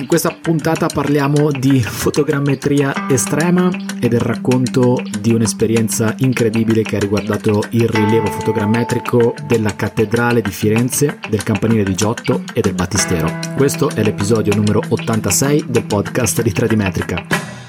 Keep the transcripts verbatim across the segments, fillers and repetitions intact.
In questa puntata parliamo di fotogrammetria estrema e del racconto di un'esperienza incredibile che ha riguardato il rilievo fotogrammetrico della Cattedrale di Firenze, del Campanile di Giotto e del Battistero. Questo è l'episodio numero ottantasei del podcast di tre D Metrica.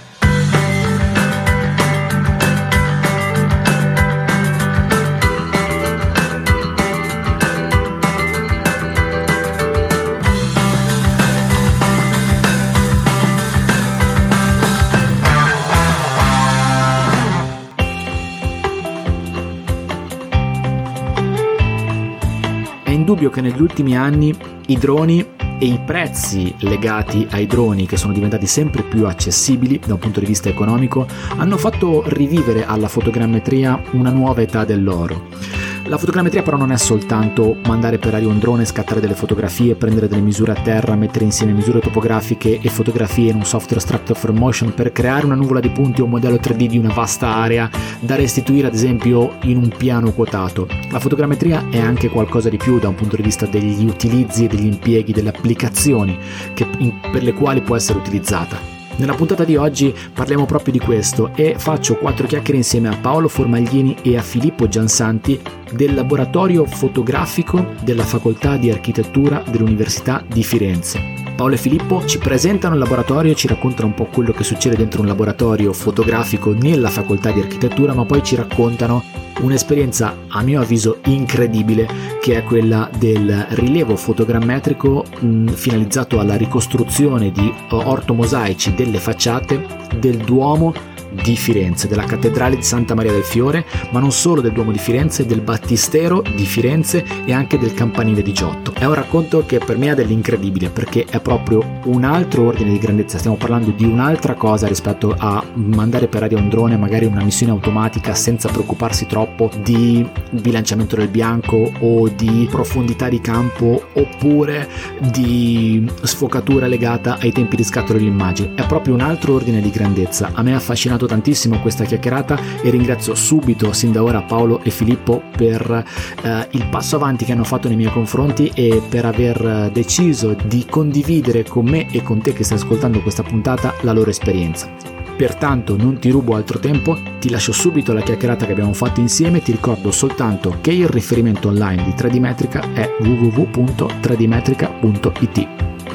Dubbio che negli ultimi anni i droni e i prezzi legati ai droni, che sono diventati sempre più accessibili da un punto di vista economico, hanno fatto rivivere alla fotogrammetria una nuova età dell'oro. La fotogrammetria però non è soltanto mandare per aria un drone, scattare delle fotografie, prendere delle misure a terra, mettere insieme misure topografiche e fotografie in un software Structure for Motion per creare una nuvola di punti o un modello tre D di una vasta area da restituire ad esempio in un piano quotato. La fotogrammetria è anche qualcosa di più da un punto di vista degli utilizzi e degli impieghi, delle applicazioni che, in, per le quali può essere utilizzata. Nella puntata di oggi parliamo proprio di questo e faccio quattro chiacchiere insieme a Paolo Formaglini e a Filippo Giansanti del laboratorio fotografico della Facoltà di Architettura dell'Università di Firenze. Paolo e Filippo ci presentano il laboratorio, ci raccontano un po' quello che succede dentro un laboratorio fotografico nella Facoltà di Architettura, ma poi ci raccontano un'esperienza a mio avviso incredibile, che è quella del rilievo fotogrammetrico mh, finalizzato alla ricostruzione di ortomosaici delle facciate del Duomo di Firenze, della Cattedrale di Santa Maria del Fiore, ma non solo del Duomo di Firenze, del Battistero di Firenze e anche del Campanile di Giotto. È un racconto che per me ha dell'incredibile, perché è proprio un altro ordine di grandezza, stiamo parlando di un'altra cosa rispetto a mandare per aria un drone, magari una missione automatica senza preoccuparsi troppo di bilanciamento del bianco o di profondità di campo oppure di sfocatura legata ai tempi di scatto dell'immagine. È proprio un altro ordine di grandezza. A me ha affascinato tantissimo questa chiacchierata e ringrazio subito sin da ora Paolo e Filippo per eh, il passo avanti che hanno fatto nei miei confronti e per aver deciso di condividere con me e con te che stai ascoltando questa puntata la loro esperienza. Pertanto non ti rubo altro tempo, ti lascio subito la chiacchierata che abbiamo fatto insieme. Ti ricordo soltanto che il riferimento online di tre D Metrica è w w w punto tre d metrica punto i t.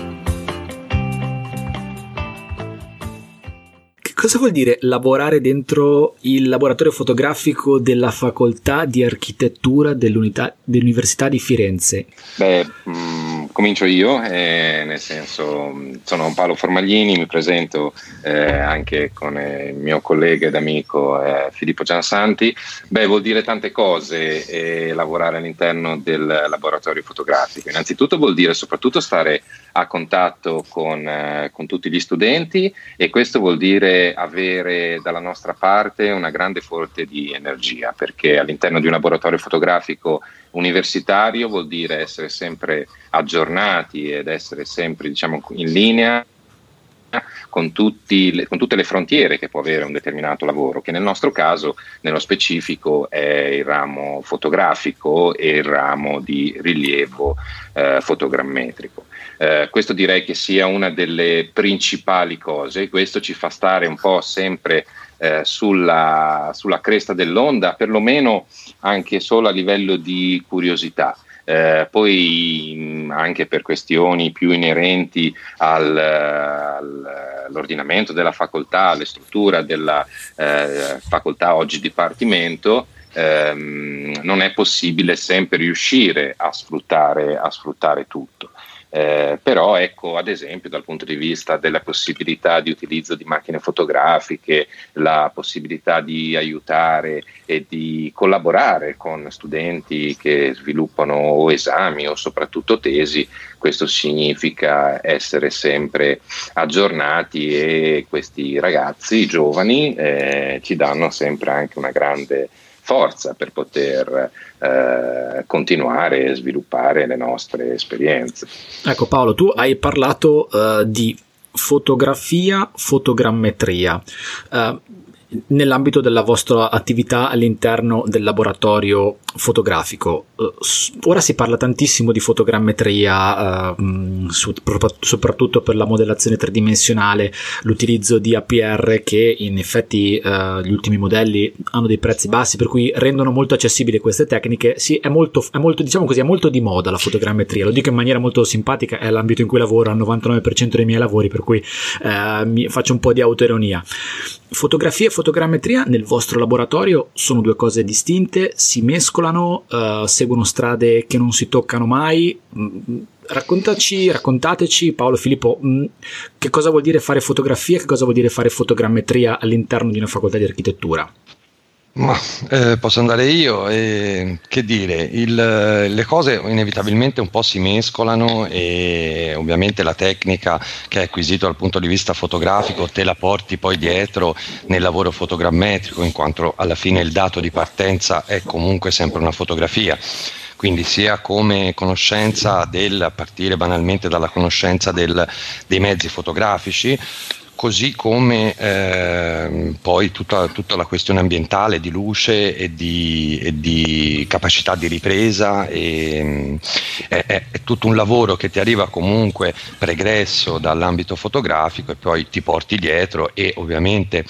Cosa vuol dire lavorare dentro il laboratorio fotografico della Facoltà di Architettura dell'Università di Firenze? Beh, mh, comincio io, eh, nel senso sono Paolo Formaglini, mi presento eh, anche con eh, il mio collega ed amico eh, Filippo Giansanti. Beh, vuol dire tante cose eh, lavorare all'interno del laboratorio fotografico. Innanzitutto vuol dire soprattutto stare a contatto con, eh, con tutti gli studenti, e questo vuol dire avere dalla nostra parte una grande fonte di energia, perché all'interno di un laboratorio fotografico universitario vuol dire essere sempre aggiornati ed essere sempre, diciamo, in linea con, tutti le, con tutte le frontiere che può avere un determinato lavoro, che nel nostro caso, nello specifico, è il ramo fotografico e il ramo di rilievo eh, fotogrammetrico. Eh, questo direi che sia una delle principali cose, e questo ci fa stare un po' sempre eh, sulla, sulla cresta dell'onda, perlomeno anche solo a livello di curiosità. Eh, poi mh, anche per questioni più inerenti al, al, all'ordinamento della facoltà, alle strutture della eh, facoltà, oggi dipartimento, ehm, non è possibile sempre riuscire a sfruttare, a sfruttare tutto. Eh, però ecco, ad esempio dal punto di vista della possibilità di utilizzo di macchine fotografiche, la possibilità di aiutare e di collaborare con studenti che sviluppano o esami o soprattutto tesi, questo significa essere sempre aggiornati, e questi ragazzi giovani eh, ci danno sempre anche una grande forza per poter eh, continuare e sviluppare le nostre esperienze. Ecco Paolo, tu hai parlato uh, di fotografia, fotogrammetria uh, nell'ambito della vostra attività all'interno del laboratorio fotografico. Ora si parla tantissimo di fotogrammetria, uh, su, soprattutto per la modellazione tridimensionale, l'utilizzo di A P R che in effetti uh, gli ultimi modelli hanno dei prezzi bassi, per cui rendono molto accessibili queste tecniche. Sì, è molto, è molto, diciamo così, è molto di moda la fotogrammetria, lo dico in maniera molto simpatica, è l'ambito in cui lavoro al novantanove per cento dei miei lavori, per cui uh, mi faccio un po' di autoironia. Fotografia e fotogrammetria nel vostro laboratorio sono due cose distinte, si mescolano, uh, seguono strade che non si toccano mai. Raccontaci, raccontateci, Paolo, Filippo, mh, che cosa vuol dire fare fotografia, che cosa vuol dire fare fotogrammetria all'interno di una facoltà di architettura? Ma eh, posso andare io, e, che dire, il, le cose inevitabilmente un po' si mescolano e ovviamente la tecnica che hai acquisito dal punto di vista fotografico te la porti poi dietro nel lavoro fotogrammetrico, in quanto alla fine il dato di partenza è comunque sempre una fotografia. Quindi sia come conoscenza del, a partire banalmente dalla conoscenza del, dei mezzi fotografici, così come eh, poi tutta, tutta la questione ambientale di luce e di, e di capacità di ripresa, e, è, è, è tutto un lavoro che ti arriva comunque pregresso dall'ambito fotografico e poi ti porti dietro e ovviamente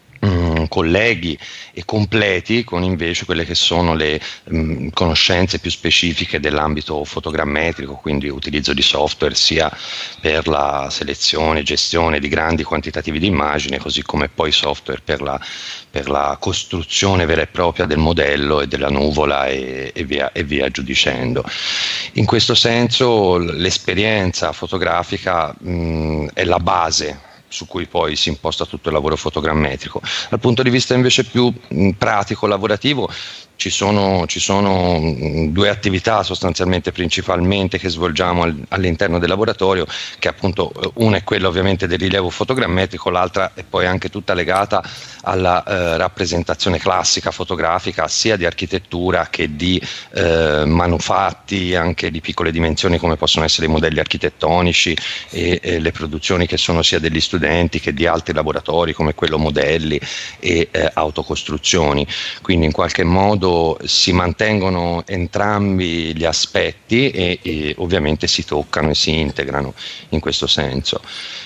Mm, colleghi e completi con invece quelle che sono le mm, conoscenze più specifiche dell'ambito fotogrammetrico, quindi utilizzo di software sia per la selezione e gestione di grandi quantitativi di immagini, così come poi software per la, per la costruzione vera e propria del modello e della nuvola e, e, via, e via giù dicendo. In questo senso l'esperienza fotografica mm, è la base su cui poi si imposta tutto il lavoro fotogrammetrico. Dal punto di vista invece più mh, pratico, lavorativo, ci sono, ci sono mh, due attività sostanzialmente principalmente che svolgiamo al, all'interno del laboratorio, che appunto una è quella ovviamente del rilievo fotogrammetrico, l'altra è poi anche tutta legata alla eh, rappresentazione classica fotografica sia di architettura che di eh, manufatti anche di piccole dimensioni, come possono essere i modelli architettonici e, e le produzioni che sono sia degli studenti che di altri laboratori come quello modelli e eh, autocostruzioni. Quindi in qualche modo si mantengono entrambi gli aspetti e, e ovviamente si toccano e si integrano in questo senso.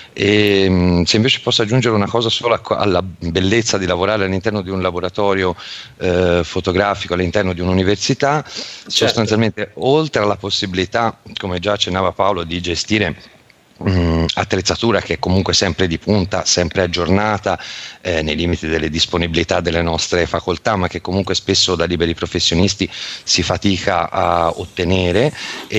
E se invece posso aggiungere una cosa solo alla bellezza di lavorare all'interno di un laboratorio eh, fotografico all'interno di un'università, certo. Sostanzialmente oltre alla possibilità, come già accennava Paolo, di gestire mh, attrezzatura che è comunque sempre di punta, sempre aggiornata eh, nei limiti delle disponibilità delle nostre facoltà, ma che comunque spesso da liberi professionisti si fatica a ottenere,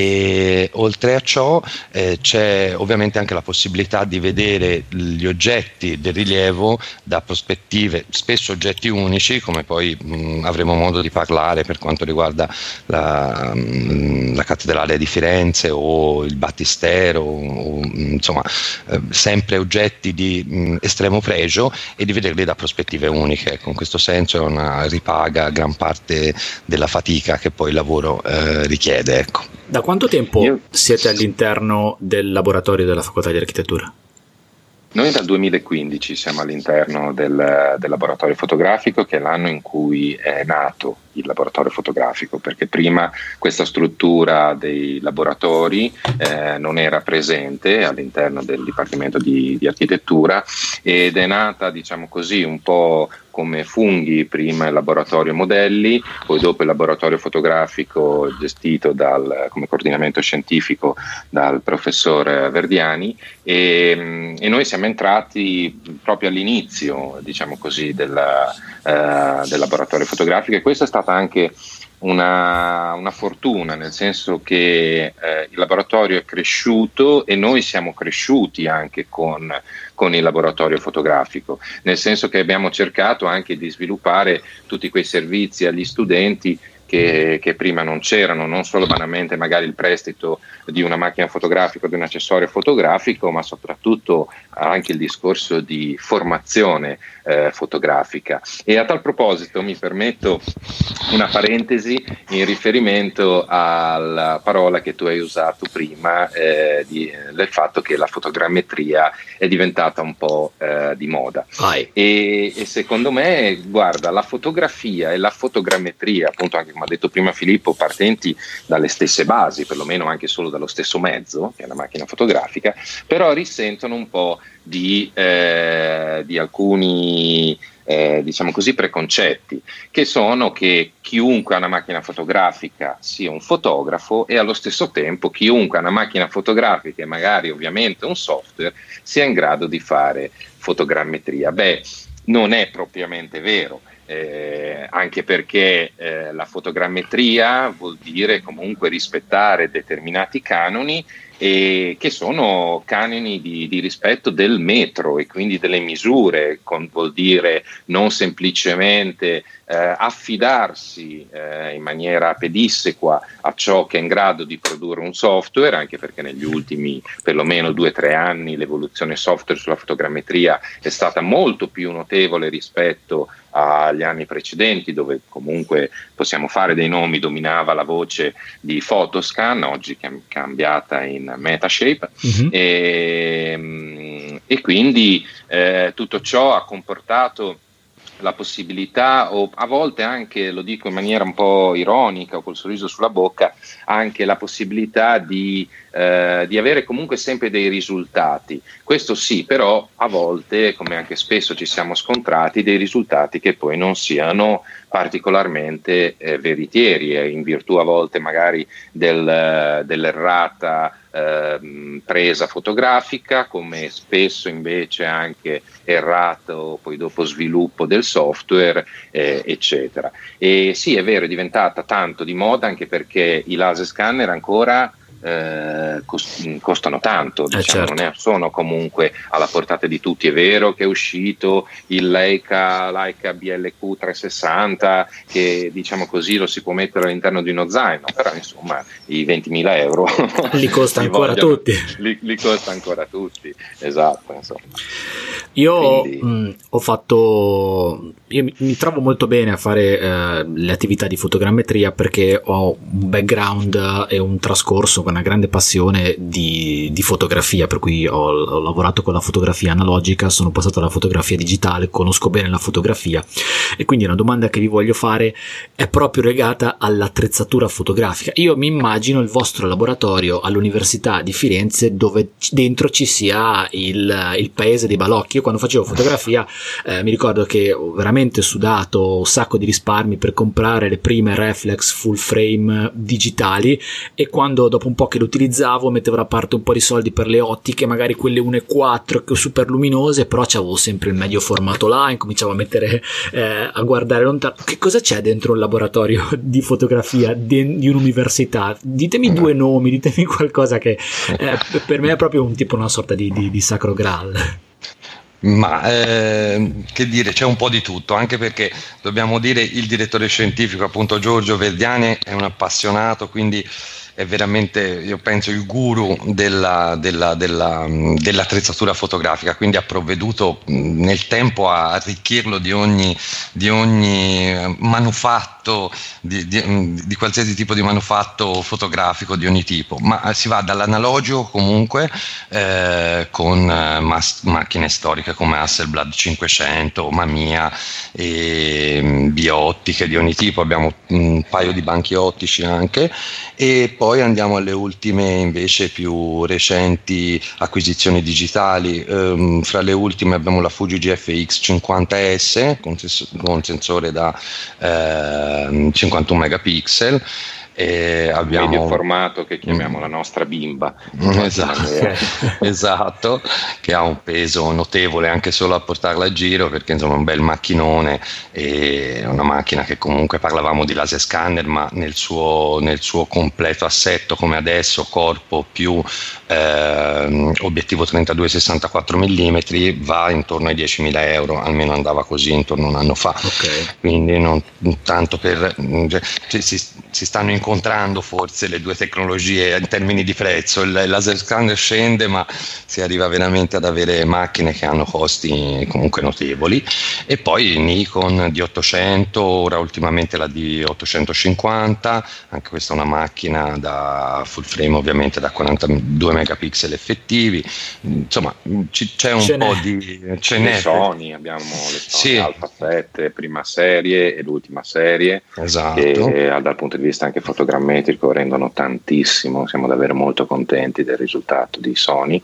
e oltre a ciò eh, c'è ovviamente anche la possibilità di vedere gli oggetti del rilievo da prospettive, spesso oggetti unici, come poi mh, avremo modo di parlare per quanto riguarda la, mh, la cattedrale di Firenze o il Battistero, o, mh, insomma eh, sempre oggetti di mh, estremo pregio, e di vederli da prospettive uniche. Con questo senso è una ripaga gran parte della fatica che poi il lavoro eh, richiede, ecco. Da quanto tempo Io... siete all'interno del laboratorio della Facoltà di Architettura? Noi dal duemilaquindici siamo all'interno del, del laboratorio fotografico, che è l'anno in cui è nato il laboratorio fotografico, perché prima questa struttura dei laboratori eh, non era presente all'interno del Dipartimento di, di Architettura, ed è nata, diciamo così, un po' come funghi, prima il laboratorio modelli, poi dopo il laboratorio fotografico gestito dal, come coordinamento scientifico dal professor Verdiani, e, e noi siamo entrati proprio all'inizio, diciamo così, della, eh, del laboratorio fotografico, e questa è stata anche una, una fortuna, nel senso che eh, il laboratorio è cresciuto e noi siamo cresciuti anche con, con il laboratorio fotografico, nel senso che abbiamo cercato anche di sviluppare tutti quei servizi agli studenti Che, che prima non c'erano, non solo banalmente magari il prestito di una macchina fotografica, di un accessorio fotografico, ma soprattutto anche il discorso di formazione eh, fotografica. E a tal proposito mi permetto una parentesi in riferimento alla parola che tu hai usato prima, eh, di, del fatto che la fotogrammetria è diventata un po' eh, di moda. E, e secondo me, guarda, la fotografia e la fotogrammetria, appunto anche come ha detto prima Filippo, partenti dalle stesse basi, perlomeno anche solo dallo stesso mezzo, che è la macchina fotografica, però risentono un po' di, eh, di alcuni eh, diciamo così preconcetti, che sono che chiunque ha una macchina fotografica sia un fotografo e allo stesso tempo chiunque ha una macchina fotografica e magari ovviamente un software sia in grado di fare fotogrammetria. Beh, non è propriamente vero. Eh, anche perché eh, la fotogrammetria vuol dire comunque rispettare determinati canoni, e che sono canoni di, di rispetto del metro e quindi delle misure, con, vuol dire non semplicemente eh, affidarsi eh, in maniera pedissequa a ciò che è in grado di produrre un software, anche perché negli ultimi perlomeno due o tre anni l'evoluzione software sulla fotogrammetria è stata molto più notevole rispetto agli anni precedenti, dove comunque possiamo fare dei nomi, dominava la voce di Photoscan, oggi è cambiata in Metashape, mm-hmm. e, e quindi eh, tutto ciò ha comportato la possibilità, o a volte anche, lo dico in maniera un po' ironica o col sorriso sulla bocca, anche la possibilità di, eh, di avere comunque sempre dei risultati. Questo sì, però a volte, come anche spesso ci siamo scontrati, dei risultati che poi non siano particolarmente eh, veritieri, eh, in virtù a volte magari del, dell'errata eh, presa fotografica, come spesso invece anche errato poi dopo sviluppo del software, eh, eccetera. E sì, è vero, è diventata tanto di moda, anche perché i laser scanner ancora Eh, cost- costano tanto, diciamo, eh certo. Non è, sono comunque alla portata di tutti. È vero che è uscito il Leica, Leica B L Q trecentosessanta, che diciamo così lo si può mettere all'interno di uno zaino, però insomma i ventimila euro li costa ancora vogliono, tutti li, li costa ancora tutti, esatto, insomma. Io Quindi... mh, ho fatto io mi, mi trovo molto bene a fare eh, le attività di fotogrammetria, perché ho un background e un trascorso con una grande passione di, di fotografia, per cui ho, ho lavorato con la fotografia analogica, sono passato alla fotografia digitale, conosco bene la fotografia, e quindi una domanda che vi voglio fare è proprio legata all'attrezzatura fotografica. Io mi immagino il vostro laboratorio all'Università di Firenze, dove dentro ci sia il, il paese dei balocchi. Io quando facevo fotografia eh, mi ricordo che ho veramente sudato un sacco di risparmi per comprare le prime reflex full frame digitali, e quando dopo un po' che lo utilizzavo mettevo da parte un po' di soldi per le ottiche, magari quelle uno virgola quattro super luminose, però c'avevo sempre il medio formato là, incominciavo a mettere eh, a guardare lontano. Che cosa c'è dentro un laboratorio di fotografia de- di un'università? Ditemi due nomi, ditemi qualcosa che eh, per me è proprio un tipo una sorta di, di, di sacro graal. Ma eh, che dire, c'è un po' di tutto, anche perché dobbiamo dire il direttore scientifico, appunto Giorgio Verdiane, è un appassionato, quindi è veramente, io penso, il guru della, della, della, dell'attrezzatura fotografica, quindi ha provveduto nel tempo a arricchirlo di ogni, di ogni manufatto, di, di, di qualsiasi tipo di manufatto fotografico di ogni tipo, ma si va dall'analogico comunque eh, con mas- macchine storiche come Hasselblad cinquecento, Mamiya, e biottiche di ogni tipo, abbiamo un paio di banchi ottici anche, e poi andiamo alle ultime invece più recenti acquisizioni digitali. Ehm, fra le ultime abbiamo la Fuji G F X cinquanta S con, ses- con sensore da eh, cinquantuno megapixel. E abbiamo medio formato che chiamiamo mm. la nostra bimba, esatto, esatto, che ha un peso notevole anche solo a portarla a giro, perché insomma è un bel macchinone, e una macchina che comunque, parlavamo di laser scanner, ma nel suo, nel suo completo assetto come adesso, corpo più eh, obiettivo trentadue sessantaquattro millimetri, va intorno ai diecimila euro, almeno andava così intorno a un anno fa. Okay. Quindi non tanto per cioè, si, si stanno incontrando incontrando forse le due tecnologie in termini di prezzo. Il laser scanner scende, ma si arriva veramente ad avere macchine che hanno costi comunque notevoli. E poi Nikon D ottocento, ora ultimamente la D ottocentocinquanta, anche questa è una macchina da full frame, ovviamente da quarantadue megapixel effettivi. Insomma, c- c'è un ce po' n'è. di ce Le n'è. Sony, abbiamo le Sony Sì. Alpha sette, prima serie e l'ultima serie, Esatto. che dal punto di vista anche fotogrammetrico rendono tantissimo, siamo davvero molto contenti del risultato di Sony.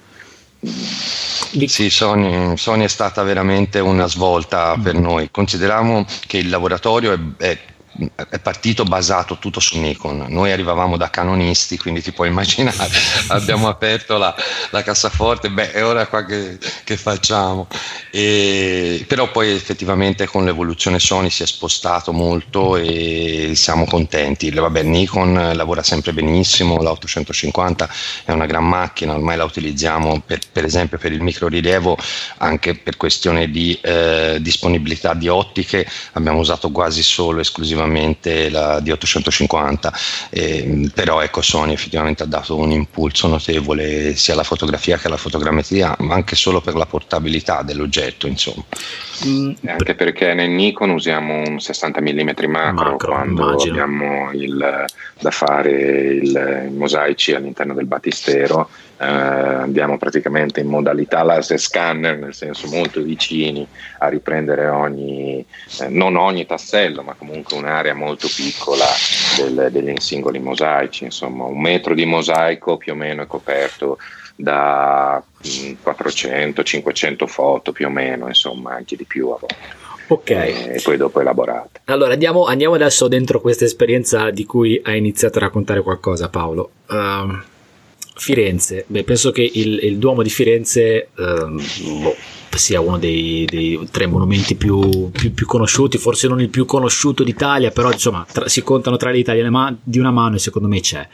Sì, Sony, Sony è stata veramente una svolta per noi. Consideriamo che il laboratorio è, è è partito basato tutto su Nikon. Noi arrivavamo da canonisti, quindi ti puoi immaginare, abbiamo aperto la, la cassaforte, beh, è ora qua che, che facciamo. E, però poi effettivamente con l'evoluzione Sony si è spostato molto e siamo contenti. Vabbè, Nikon lavora sempre benissimo, la ottocentocinquanta è una gran macchina, ormai la utilizziamo per, per esempio per il microrilievo, anche per questione di eh, disponibilità di ottiche abbiamo usato quasi solo esclusivamente la D ottocentocinquanta, eh, però ecco, Sony effettivamente ha dato un impulso notevole sia alla fotografia che alla fotogrammetria, ma anche solo per la portabilità dell'oggetto, insomma. Mm, anche perché nel Nikon usiamo un sessanta millimetri macro, macro quando immagino. abbiamo il, da fare il, i mosaici all'interno del battistero. Eh, andiamo praticamente in modalità laser scanner, nel senso molto vicini a riprendere ogni, eh, non ogni tassello, ma comunque un'area molto piccola del, degli singoli mosaici. Insomma, un metro di mosaico più o meno è coperto da quattrocento cinquecento foto più o meno, insomma anche di più a volte. Ok. E poi dopo elaborate. Allora andiamo, andiamo adesso dentro questa esperienza di cui hai iniziato a raccontare qualcosa, Paolo. Uh, Firenze, beh, penso che il, il Duomo di Firenze um, boh, sia uno dei, dei tre monumenti più, più, più conosciuti, forse non il più conosciuto d'Italia, però insomma tra, si contano tra le italiane ma, di una mano, e secondo me c'è.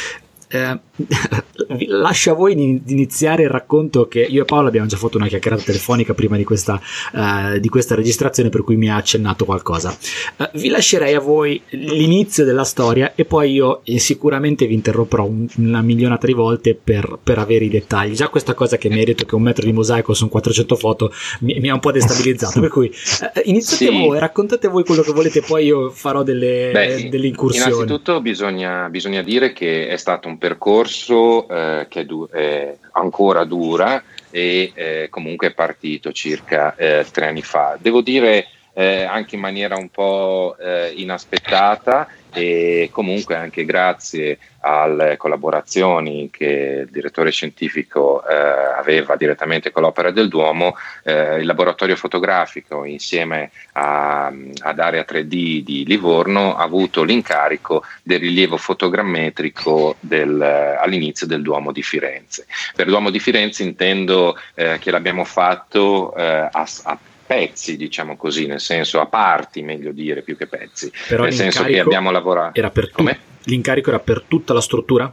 Eh, lascio a voi di iniziare il racconto, che io e Paolo abbiamo già fatto una chiacchierata telefonica prima di questa, uh, di questa registrazione, per cui mi ha accennato qualcosa. Uh, vi lascerei a voi l'inizio della storia e poi io eh, sicuramente vi interromperò un, una milionata di volte per, per avere i dettagli. Già questa cosa che mi hai detto che un metro di mosaico sono quattrocento foto mi, mi ha un po' destabilizzato, per cui uh, iniziate sì. voi, raccontate voi quello che volete, poi io farò delle, Beh, delle incursioni. Innanzitutto bisogna, bisogna dire che è stato un percorso eh, che du- eh, ancora dura e eh, comunque è partito circa eh, tre anni fa. Devo dire eh, anche in maniera un po' eh, inaspettata, e comunque anche grazie alle collaborazioni che il direttore scientifico eh, aveva direttamente con l'Opera del Duomo. Eh, il laboratorio fotografico insieme a, ad Area tre D di Livorno ha avuto l'incarico del rilievo fotogrammetrico del, all'inizio del Duomo di Firenze. Per Duomo di Firenze intendo eh, che l'abbiamo fatto eh, a, a pezzi, diciamo così, nel senso a parti, meglio dire, più che pezzi. Però nel senso che abbiamo lavorato. Era per tu- l'incarico era per tutta la struttura?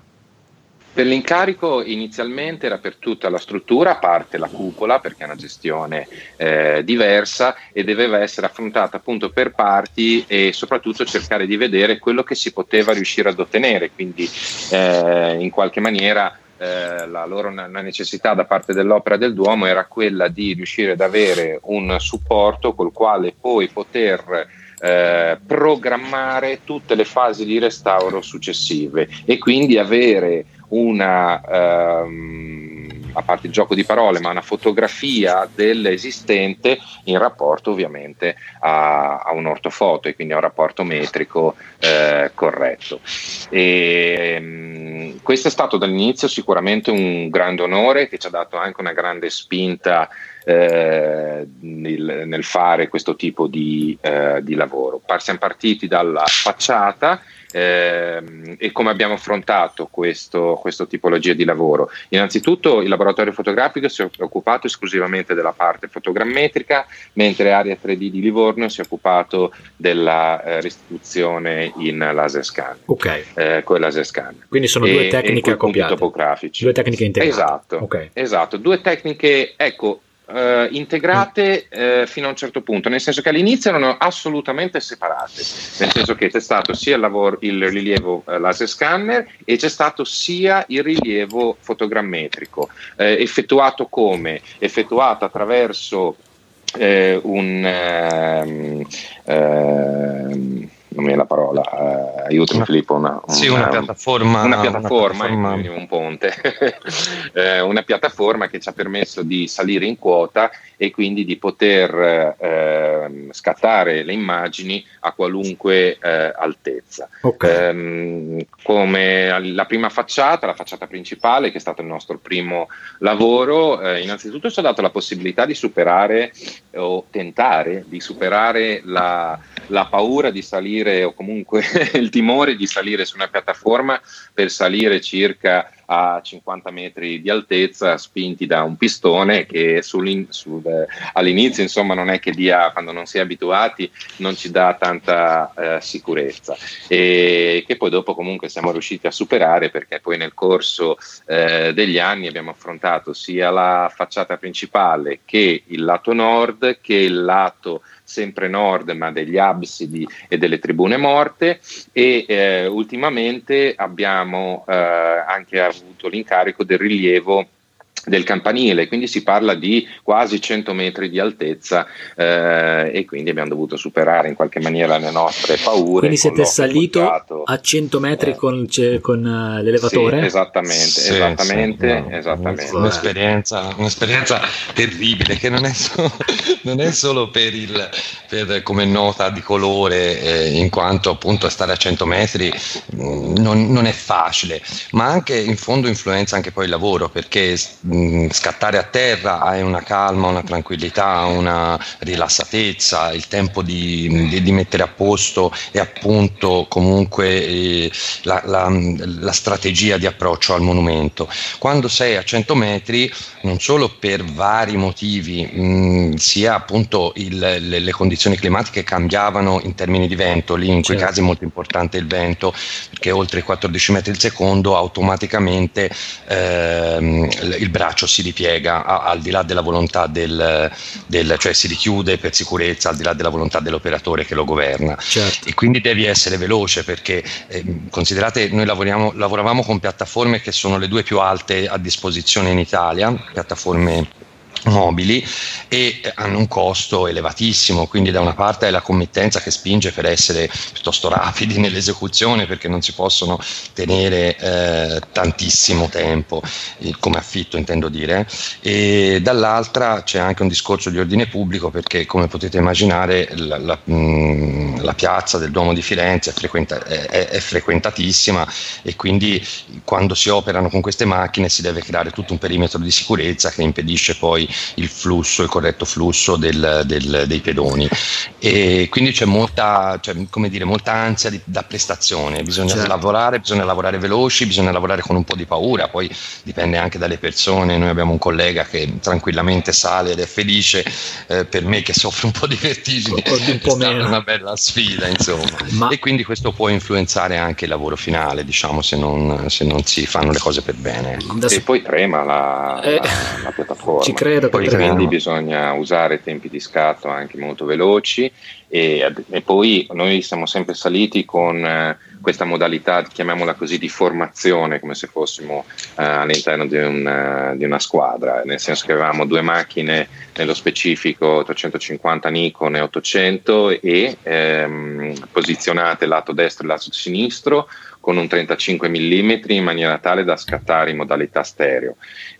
Per l'incarico inizialmente era per tutta la struttura, a parte la cupola, perché è una gestione eh, diversa e doveva essere affrontata appunto per parti, e soprattutto cercare di vedere quello che si poteva riuscire ad ottenere, quindi eh, in qualche maniera Eh, la loro la necessità da parte dell'Opera del Duomo era quella di riuscire ad avere un supporto col quale poi poter eh, programmare tutte le fasi di restauro successive, e quindi avere una ehm, a parte il gioco di parole, ma una fotografia dell'esistente in rapporto ovviamente a, a un ortofoto, e quindi a un rapporto metrico eh, corretto. E, mh, questo è stato dall'inizio sicuramente un grande onore, che ci ha dato anche una grande spinta eh, nel, nel fare questo tipo di, eh, di lavoro. Siamo partiti dalla facciata. Eh, e come abbiamo affrontato questo, questo tipologia di lavoro? Innanzitutto il laboratorio fotografico si è occupato esclusivamente della parte fotogrammetrica, mentre Area tre D di Livorno si è occupato della eh, restituzione in laser scan. Ok. Eh, con il laser scan. Quindi sono e, due tecniche accoppiate. topografici. Due tecniche integrate. Esatto. Okay. Esatto. Due tecniche, ecco. eh, integrate eh, fino a un certo punto, nel senso che all'inizio erano assolutamente separate, nel senso che c'è stato sia il, lavoro, il rilievo eh, laser scanner e c'è stato sia il rilievo fotogrammetrico, eh, effettuato come? Effettuato attraverso eh, un... Ehm, ehm, non mi è la parola, uh, aiutami Filippo, una, una, sì, una piattaforma, una piattaforma, una piattaforma. un ponte, eh, una piattaforma che ci ha permesso di salire in quota e quindi di poter eh, scattare le immagini a qualunque eh, altezza. Okay. Um, come la prima facciata, la facciata principale, che è stato il nostro primo lavoro, eh, innanzitutto ci ha dato la possibilità di superare o tentare di superare la, la paura di salire o comunque il timore di salire su una piattaforma per salire circa a cinquanta metri di altezza spinti da un pistone che sul, sul, eh, all'inizio insomma non è che dia, quando non si è abituati non ci dà tanta eh, sicurezza, e che poi dopo comunque siamo riusciti a superare, perché poi nel corso eh, degli anni abbiamo affrontato sia la facciata principale che il lato nord che il lato sempre nord ma degli absidi e delle tribune morte, e eh, ultimamente abbiamo eh, anche avuto l'incarico del rilievo del campanile, quindi si parla di quasi cento metri di altezza, eh, e quindi abbiamo dovuto superare in qualche maniera le nostre paure. Quindi siete salito poggiato a cento metri eh, con, con uh, l'elevatore? Sì, esattamente, sì, esattamente, sì, no, esattamente. Un'esperienza, un'esperienza terribile, che non è solo, non è solo per il per, come nota di colore, eh, in quanto appunto stare a cento metri mh, non, non è facile, ma anche in fondo influenza anche poi il lavoro, perché scattare a terra hai una calma, una tranquillità, una rilassatezza, il tempo di, di, di mettere a posto e appunto comunque eh, la, la, la strategia di approccio al monumento. Quando sei a cento metri, non solo per vari motivi, mh, sia appunto il, le, le condizioni climatiche cambiavano in termini di vento, lì in quei certo. casi è molto importante il vento, perché oltre i quattordici metri al secondo automaticamente ehm, il braccio si ripiega a, al di là della volontà del, del, cioè si richiude per sicurezza al di là della volontà dell'operatore che lo governa, certo. E quindi devi essere veloce, perché eh, considerate, noi lavoriamo, lavoravamo con piattaforme che sono le due più alte a disposizione in Italia, piattaforme mobili, e hanno un costo elevatissimo, quindi da una parte è la committenza che spinge per essere piuttosto rapidi nell'esecuzione, perché non si possono tenere eh, tantissimo tempo eh, come affitto intendo dire, e dall'altra c'è anche un discorso di ordine pubblico, perché come potete immaginare la, la, mh, la piazza del Duomo di Firenze è, frequenta, è, è frequentatissima, e quindi quando si operano con queste macchine si deve creare tutto un perimetro di sicurezza che impedisce poi il flusso, il corretto flusso del, del, dei pedoni, e quindi c'è molta, cioè, come dire, molta ansia di, da prestazione, bisogna certo. lavorare, bisogna lavorare veloci, bisogna lavorare con un po' di paura, poi dipende anche dalle persone. Noi abbiamo un collega che tranquillamente sale ed è felice, eh, per me che soffre un po' di vertigini un po' è una bella sfida insomma. Ma... e quindi questo può influenzare anche il lavoro finale, diciamo, se non, se non si fanno le cose per bene. E poi trema la, eh, la, la piattaforma, ci credo, poi quindi bisogna usare tempi di scatto anche molto veloci, e, e poi noi siamo sempre saliti con eh, questa modalità, chiamiamola così, di formazione, come se fossimo eh, all'interno di, un, di una squadra, nel senso che avevamo due macchine, nello specifico trecentocinquanta Nikon e ottocento, e ehm, posizionate lato destro e lato sinistro con un trentacinque millimetri in maniera tale da scattare in modalità stereo.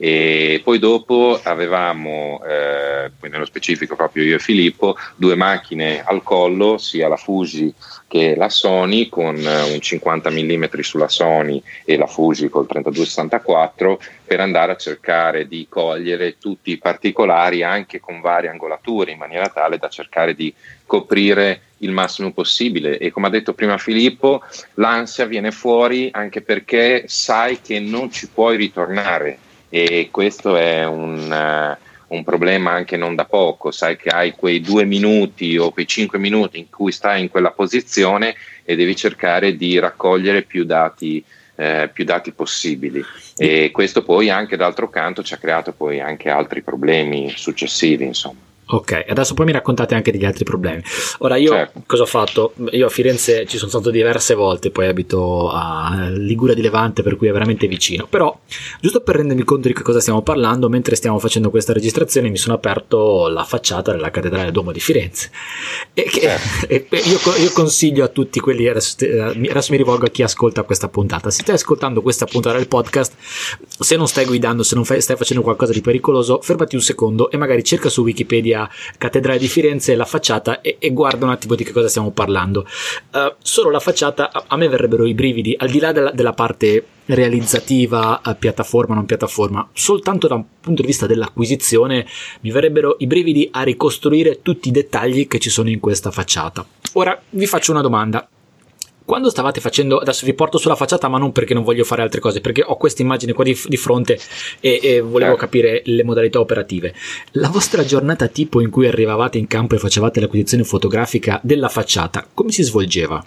E poi dopo avevamo, eh, poi nello specifico proprio io e Filippo, due macchine al collo, sia la Fuji che la Sony, con un cinquanta millimetri sulla Sony e la Fuji col trentadue sessantaquattro, per andare a cercare di cogliere tutti i particolari anche con varie angolature, in maniera tale da cercare di coprire il massimo possibile. E come ha detto prima Filippo, l'ansia viene fuori anche perché sai che non ci puoi ritornare, e questo è un, uh, un problema anche non da poco. Sai che hai quei due minuti o quei cinque minuti in cui stai in quella posizione e devi cercare di raccogliere più dati eh, più dati possibili, e questo poi anche d'altro canto ci ha creato poi anche altri problemi successivi, insomma. Ok, adesso poi mi raccontate anche degli altri problemi. Ora io certo. Cosa ho fatto? Io a Firenze ci sono stato diverse volte, poi abito a Liguria di Levante, per cui è veramente vicino, però giusto per rendermi conto di che cosa stiamo parlando, mentre stiamo facendo questa registrazione mi sono aperto la facciata della Cattedrale Duomo di Firenze e che, certo. e io, io consiglio a tutti quelli, adesso, adesso mi rivolgo a chi ascolta questa puntata, se stai ascoltando questa puntata del podcast, se non stai guidando, se non fai, stai facendo qualcosa di pericoloso, fermati un secondo e magari cerca su Wikipedia Cattedrale di Firenze, la facciata, e, e guarda un attimo di che cosa stiamo parlando. Uh, solo la facciata, a, a me verrebbero i brividi, al di là della, della parte realizzativa, uh, piattaforma non piattaforma, soltanto da un punto di vista dell'acquisizione mi verrebbero i brividi a ricostruire tutti i dettagli che ci sono in questa facciata. Ora vi faccio una domanda. Quando stavate facendo, adesso vi porto sulla facciata, ma non perché non voglio fare altre cose, perché ho questa immagine qua di, di fronte e, e volevo capire le modalità operative. La vostra giornata tipo in cui arrivavate in campo e facevate l'acquisizione fotografica della facciata, come si svolgeva?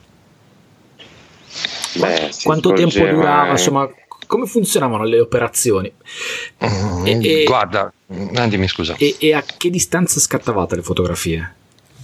Beh, si Quanto svolgeva... tempo durava? Insomma, come funzionavano le operazioni? Mm, e, e, guarda, dimmi scusa. E, e a che distanza scattavate le fotografie?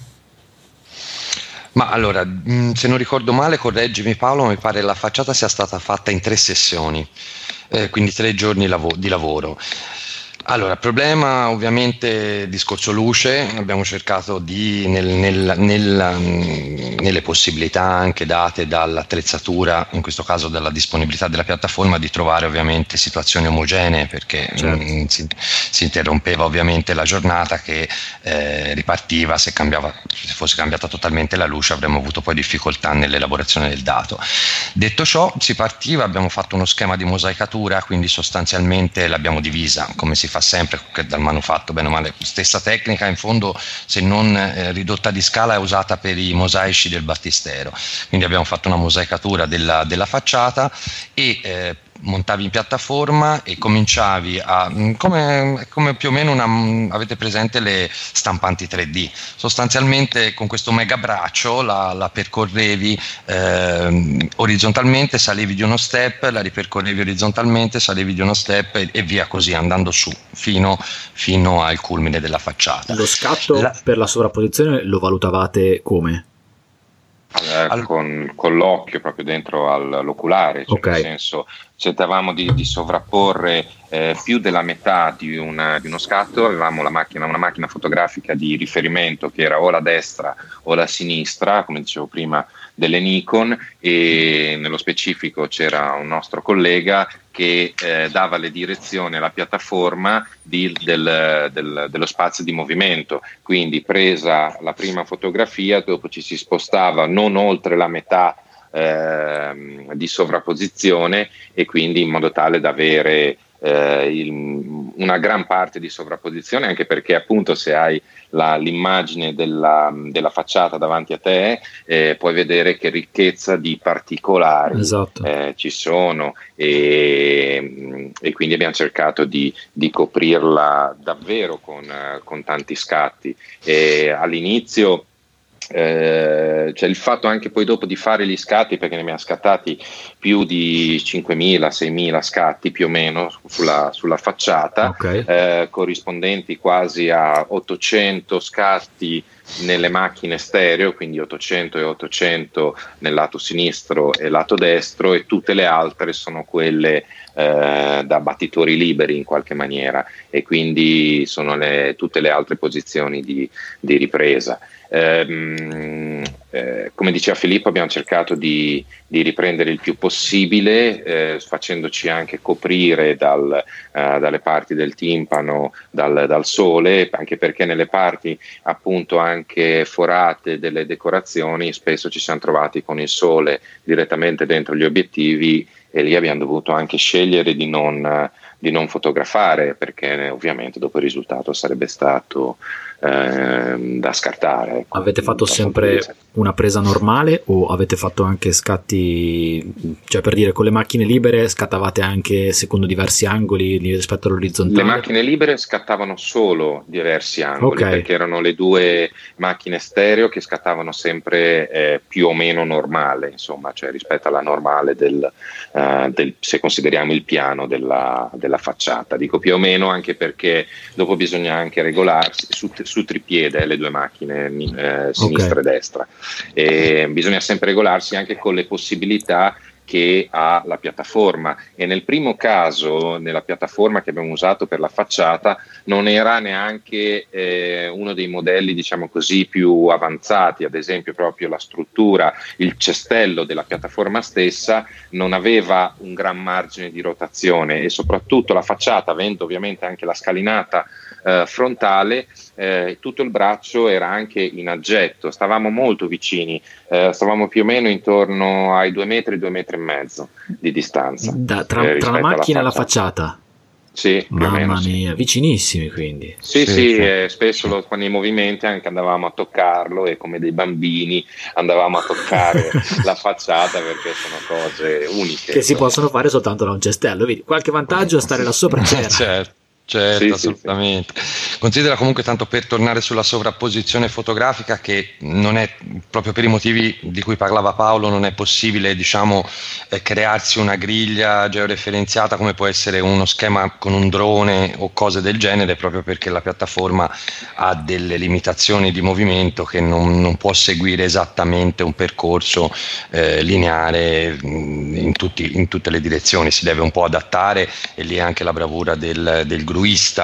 Ma allora, se non ricordo male, correggimi Paolo, mi pare la facciata sia stata fatta in tre sessioni, eh, quindi tre giorni lavo- di lavoro. Allora, il problema ovviamente discorso luce, abbiamo cercato di, nel, nel, nel, nelle possibilità anche date dall'attrezzatura, in questo caso dalla disponibilità della piattaforma, di trovare ovviamente situazioni omogenee, perché certo. mh, si, si interrompeva ovviamente la giornata che eh, ripartiva, se, cambiava, se fosse cambiata totalmente la luce avremmo avuto poi difficoltà nell'elaborazione del dato. Detto ciò, si partiva, abbiamo fatto uno schema di mosaicatura, quindi sostanzialmente l'abbiamo divisa, come si fa sempre che dal manufatto, bene o male stessa tecnica, in fondo se non eh, ridotta di scala è usata per i mosaici del battistero, quindi abbiamo fatto una mosaicatura della, della facciata e eh, montavi in piattaforma e cominciavi a come, come più o meno una, avete presente le stampanti tre D, sostanzialmente con questo mega braccio la, la percorrevi eh, orizzontalmente, salivi di uno step, la ripercorrevi orizzontalmente, salivi di uno step e, e via così andando su fino, fino al culmine della facciata. Lo scatto la... per la sovrapposizione lo valutavate come? Al, con, con l'occhio proprio dentro all'oculare, cioè okay. Nel senso cercavamo di, di sovrapporre eh, più della metà di, una, di uno scatto, avevamo la macchina, una macchina fotografica di riferimento che era o la destra o la sinistra, come dicevo prima, delle Nikon, e nello specifico c'era un nostro collega che eh, dava le direzioni alla piattaforma di, del, del, dello spazio di movimento, quindi presa la prima fotografia, dopo ci si spostava non oltre la metà eh, di sovrapposizione e quindi in modo tale da avere eh, il, una gran parte di sovrapposizione, anche perché appunto se hai la, l'immagine della, della facciata davanti a te eh, puoi vedere che ricchezza di particolari esatto. eh, ci sono e, e quindi abbiamo cercato di, di coprirla davvero con, con tanti scatti e all'inizio Eh, cioè il fatto anche poi dopo di fare gli scatti, perché ne abbiamo scattati più di cinquemila seimila scatti più o meno sulla, sulla facciata, okay. eh, corrispondenti quasi a ottocento scatti nelle macchine stereo, quindi ottocento e ottocento nel lato sinistro e lato destro, e tutte le altre sono quelle eh, da battitori liberi in qualche maniera, e quindi sono le, tutte le altre posizioni di, di ripresa. Eh, eh, come diceva Filippo, abbiamo cercato di, di riprendere il più possibile, eh, facendoci anche coprire dal, eh, dalle parti del timpano dal, dal sole, anche perché nelle parti appunto anche forate delle decorazioni spesso ci siamo trovati con il sole direttamente dentro gli obiettivi, e lì abbiamo dovuto anche scegliere di non, di non fotografare, perché ovviamente dopo il risultato sarebbe stato eh, da scartare. Avete fatto sempre una presa normale o avete fatto anche scatti, cioè per dire con le macchine libere scattavate anche secondo diversi angoli rispetto all'orizzontale? Le macchine libere scattavano solo diversi angoli, okay, perché erano le due macchine stereo che scattavano sempre eh, più o meno normale, insomma, cioè rispetto alla normale del, uh, del se consideriamo il piano della, della facciata. Dico più o meno anche perché dopo bisogna anche regolarsi su, su tripiede le due macchine, eh, sinistra okay, e destra, e bisogna sempre regolarsi anche con le possibilità che ha la piattaforma, e nel primo caso, nella piattaforma che abbiamo usato per la facciata, non era neanche eh, uno dei modelli, diciamo così, più avanzati. Ad esempio proprio la struttura, il cestello della piattaforma stessa non aveva un gran margine di rotazione, e soprattutto la facciata, avendo ovviamente anche la scalinata eh, frontale, eh, tutto il braccio era anche in aggetto, stavamo molto vicini, eh, stavamo più o meno intorno ai due metri, due metri e mezzo di distanza da, tra, eh, tra la macchina e la facciata. Sì, mamma meno, mia, sì. Vicinissimi quindi. Sì, sì, sì, sì. Eh, spesso lo, nei movimenti anche andavamo a toccarlo, e come dei bambini andavamo a toccare la facciata, perché sono cose uniche Che si insomma. possono fare soltanto da un cestello. Vedi, qualche vantaggio a stare là sopra c'era. Certo. Certo, Sì, assolutamente. Sì, sì. Considera comunque, tanto per tornare sulla sovrapposizione fotografica, che non è, proprio per i motivi di cui parlava Paolo, non è possibile, diciamo, eh, crearsi una griglia georeferenziata come può essere uno schema con un drone o cose del genere, proprio perché la piattaforma ha delle limitazioni di movimento, che non, non può seguire esattamente un percorso eh, lineare in, tutti, in tutte le direzioni, si deve un po' adattare, e lì è anche la bravura del, del gruppo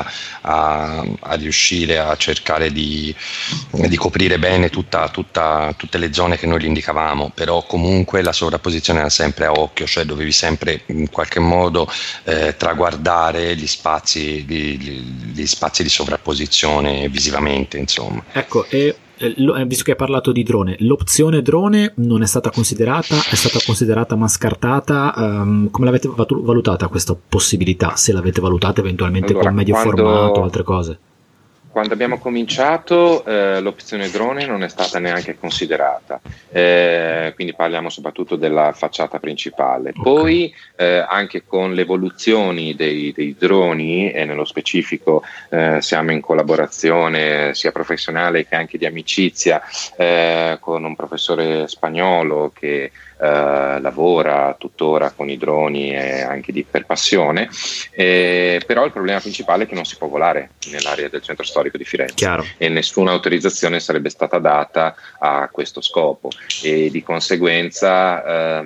A, a riuscire a cercare di, di coprire bene tutta, tutta, tutte le zone che noi gli indicavamo. Però comunque la sovrapposizione era sempre a occhio, cioè dovevi sempre in qualche modo eh, traguardare gli spazi, gli, gli spazi di sovrapposizione visivamente, insomma. Ecco, e visto che hai parlato di drone, l'opzione drone non è stata considerata, è stata considerata ma scartata. Um, come l'avete valutata questa possibilità? Se l'avete valutata eventualmente allora, con medio quando... formato o altre cose? Quando abbiamo cominciato eh, l'opzione drone non è stata neanche considerata, eh, quindi parliamo soprattutto della facciata principale. Okay. Poi eh, anche con le evoluzioni dei, dei droni, e nello specifico eh, siamo in collaborazione sia professionale che anche di amicizia eh, con un professore spagnolo che Uh, lavora tuttora con i droni, e anche di, per passione, eh, però il problema principale è che non si può volare nell'area del centro storico di Firenze. Chiaro. E nessuna autorizzazione sarebbe stata data a questo scopo, e di conseguenza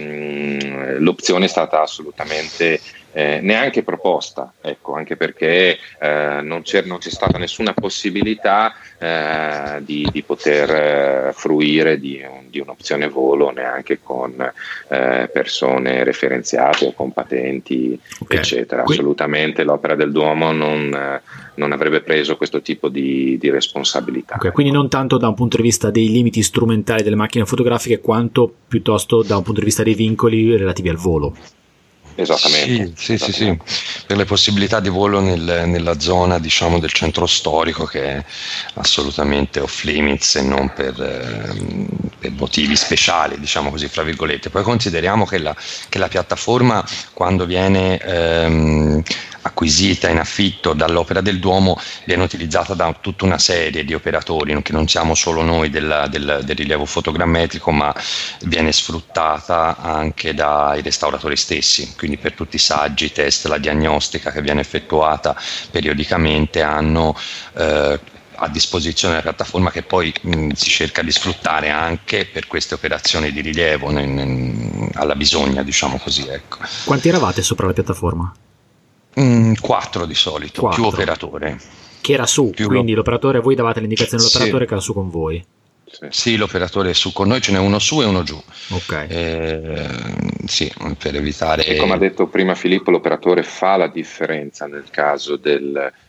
um, l'opzione è stata assolutamente Eh, neanche proposta, ecco, anche perché eh, non, c'è, non c'è stata nessuna possibilità eh, di, di poter eh, fruire di, un, di un'opzione volo, neanche con eh, persone referenziate o con patenti, okay, eccetera. Qui... Assolutamente l'Opera del Duomo non, eh, non avrebbe preso questo tipo di, di responsabilità. Okay, quindi non tanto da un punto di vista dei limiti strumentali delle macchine fotografiche, quanto piuttosto da un punto di vista dei vincoli relativi al volo. Esattamente. Sì, sì, sì, sì, per le possibilità di volo nel, nella zona, diciamo, del centro storico, che è assolutamente off limits, e non per, eh, per motivi speciali, diciamo così, fra virgolette. Poi consideriamo che la, che la piattaforma, quando viene ehm, acquisita in affitto dall'Opera del Duomo, viene utilizzata da tutta una serie di operatori, che non siamo solo noi del, del, del rilievo fotogrammetrico, ma viene sfruttata anche dai restauratori stessi. Quindi per tutti i saggi, test, la diagnostica che viene effettuata periodicamente hanno eh, a disposizione la piattaforma, che poi mh, si cerca di sfruttare anche per queste operazioni di rilievo nel, nel, alla bisogna, diciamo così, ecco. Quanti eravate sopra la piattaforma? Mm, quattro di solito, quattro. Più operatore. Che era su, più quindi lo... l'operatore, voi davate l'indicazione all'operatore, sì, che era su con voi. Sì. Sì, l'operatore è su con noi, ce n'è uno su e uno giù. Ok. Eh, sì, per evitare. E come ha detto prima Filippo, l'operatore fa la differenza nel caso del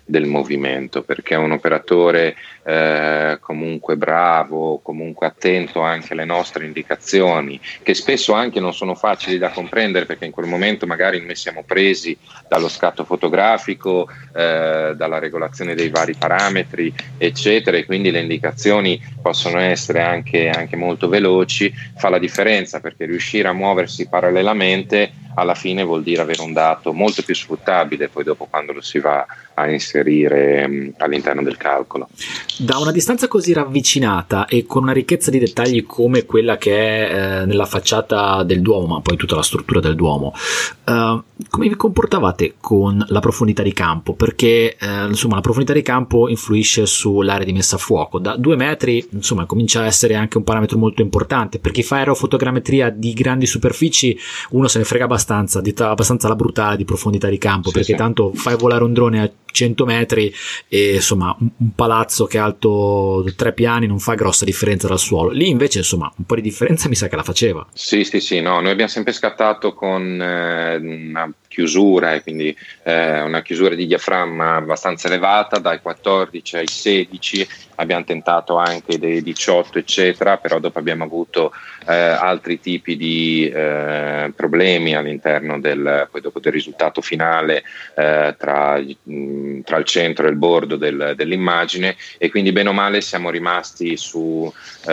del movimento, perché un operatore eh, comunque bravo, comunque attento anche alle nostre indicazioni, che spesso anche non sono facili da comprendere, perché in quel momento magari noi siamo presi dallo scatto fotografico, eh, dalla regolazione dei vari parametri eccetera, e quindi le indicazioni possono essere anche, anche molto veloci, fa la differenza, perché riuscire a muoversi parallelamente alla fine vuol dire avere un dato molto più sfruttabile poi dopo quando lo si va a inserire mh, all'interno del calcolo. Da una distanza così ravvicinata e con una ricchezza di dettagli come quella che è eh, nella facciata del Duomo, ma poi tutta la struttura del Duomo, eh, come vi comportavate con la profondità di campo? Perché eh, insomma la profondità di campo influisce sull'area di messa a fuoco. Da due metri insomma comincia a essere anche un parametro molto importante. Per chi fa aerofotogrammetria di grandi superfici uno se ne frega abbastanza, di abbastanza la brutale di profondità di campo, sì, perché sì. Tanto fai volare un drone a cento metri e insomma un, un palazzo che è alto tre piani non fa grossa differenza dal suolo. Lì invece insomma un po' di differenza mi sa che la faceva. Sì sì sì, no, noi abbiamo sempre scattato con eh, una chiusura e quindi eh, una chiusura di diaframma abbastanza elevata, dai quattordici ai sedici, abbiamo tentato anche dei diciotto eccetera, però dopo abbiamo avuto eh, altri tipi di eh, problemi all'interno del, poi dopo del risultato finale eh, tra, mh, tra il centro e il bordo del, dell'immagine, e quindi bene o male siamo rimasti su,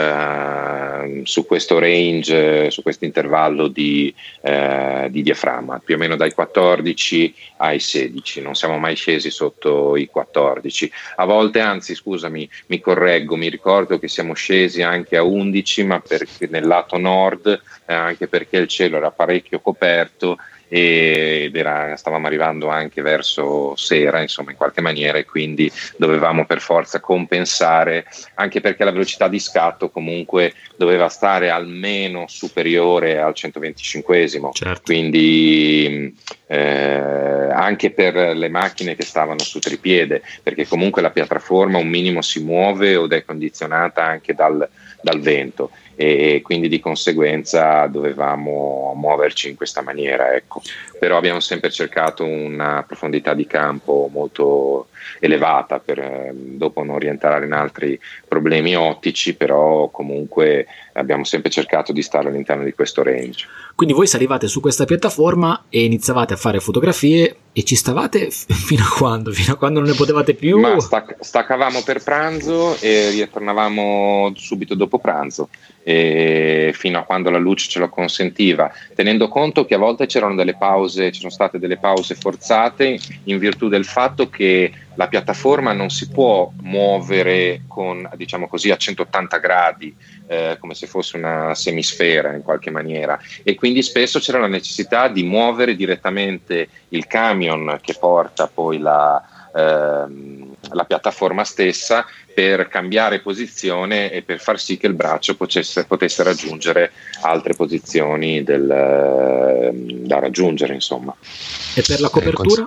eh, su questo range, su questo intervallo di, eh, di diaframma, più o meno dai quattordici ai sedici, non siamo mai scesi sotto i quattordici, a volte anzi scusami mi correggo, mi ricordo che siamo scesi anche a undici, ma perché nel lato nord, eh, anche perché il cielo era parecchio coperto ed era, stavamo arrivando anche verso sera insomma in qualche maniera, e quindi dovevamo per forza compensare, anche perché la velocità di scatto comunque doveva stare almeno superiore al centoventicinquesimo, certo. Quindi eh, anche per le macchine che stavano su tripiede, perché comunque la piattaforma un minimo si muove o è condizionata anche dal, dal vento, e quindi di conseguenza dovevamo muoverci in questa maniera, ecco. Però abbiamo sempre cercato una profondità di campo molto elevata per eh, dopo non rientrare in altri problemi ottici, però comunque abbiamo sempre cercato di stare all'interno di questo range. Quindi voi salivate su questa piattaforma e iniziavate a fare fotografie, e ci stavate f- fino a quando? Fino a quando non ne potevate più? Ma stac- staccavamo per pranzo e ritornavamo subito dopo pranzo, e fino a quando la luce ce lo consentiva, tenendo conto che a volte c'erano delle pause, ci sono state delle pause forzate in virtù del fatto che la piattaforma non si può muovere con, diciamo così, a centottanta gradi, eh, come se fosse una semisfera in qualche maniera, e quindi spesso c'era la necessità di muovere direttamente il camion che porta poi la, ehm, la piattaforma stessa, per cambiare posizione e per far sì che il braccio potesse, potesse raggiungere altre posizioni del, eh, da raggiungere insomma. E per la copertura?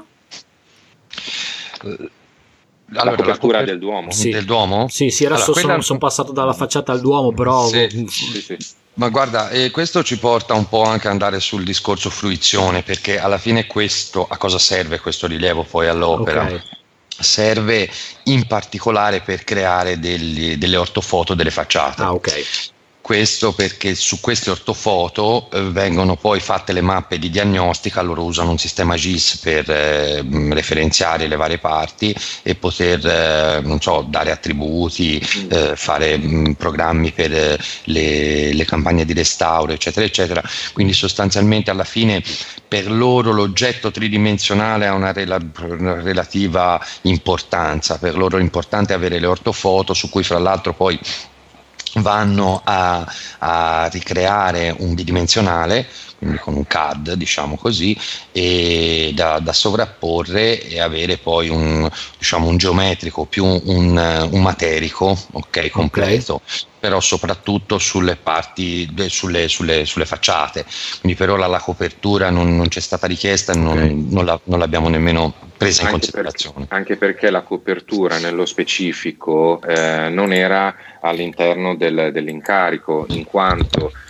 Eh, la allora, copertura la coper- del Duomo. Sì. Del Duomo? Sì, sì, adesso allora, sono, sono passato dalla facciata al Duomo, però... Sì, sì, sì. Ma guarda, e questo ci porta un po' anche ad andare sul discorso fruizione, perché alla fine questo, a cosa serve questo rilievo poi all'opera? Okay. Serve in particolare per creare degli, delle ortofoto delle facciate. Ah, ok. Questo perché su queste ortofoto eh, vengono poi fatte le mappe di diagnostica, loro usano un sistema G I S per eh, referenziare le varie parti e poter eh, non so, dare attributi, eh, fare mh, programmi per eh, le, le campagne di restauro eccetera eccetera, quindi sostanzialmente alla fine per loro l'oggetto tridimensionale ha una, rela- una relativa importanza, per loro è importante avere le ortofoto su cui fra l'altro poi vanno a, a ricreare un bidimensionale, quindi con un C A D diciamo così, e da, da sovrapporre e avere poi un, diciamo, un geometrico più un, un materico, ok, completo, okay. Però soprattutto sulle parti, sulle, sulle, sulle facciate, quindi per ora la copertura non, non c'è stata richiesta, okay. non, non, la, non l'abbiamo nemmeno presa in anche considerazione. Perché, anche perché la copertura nello specifico eh, non era all'interno del, dell'incarico, in quanto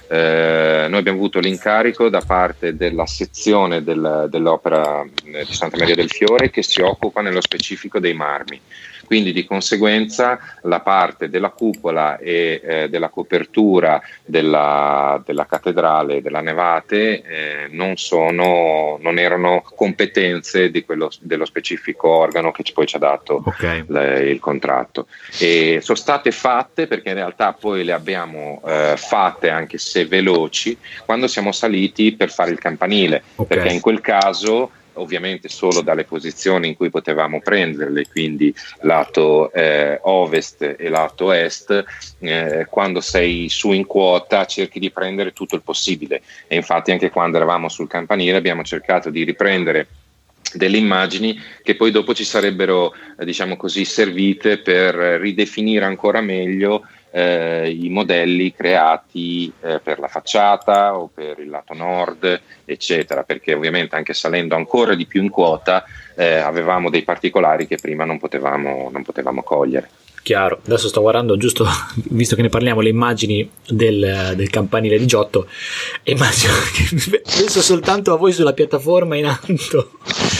eh, noi abbiamo avuto l'incarico da parte della sezione del, dell'Opera di Santa Maria del Fiore che si occupa nello specifico dei marmi. Quindi di conseguenza la parte della cupola e eh, della copertura della, della cattedrale della Nevate eh, non sono, non erano competenze di quello, dello specifico organo che poi ci ha dato okay. le, il contratto. E sono state fatte, perché in realtà poi le abbiamo eh, fatte anche se veloci, quando siamo saliti per fare il campanile, okay. perché in quel caso ovviamente solo dalle posizioni in cui potevamo prenderle, quindi lato eh, ovest e lato est, eh, quando sei su in quota cerchi di prendere tutto il possibile, e infatti anche quando eravamo sul campanile abbiamo cercato di riprendere delle immagini che poi dopo ci sarebbero eh, diciamo così servite per ridefinire ancora meglio Eh, i modelli creati eh, per la facciata o per il lato nord, eccetera, perché ovviamente anche salendo ancora di più in quota eh, avevamo dei particolari che prima non potevamo, non potevamo cogliere. Chiaro, adesso sto guardando, giusto visto che ne parliamo, le immagini del, del campanile di Giotto, e immagino che penso soltanto a voi sulla piattaforma in alto,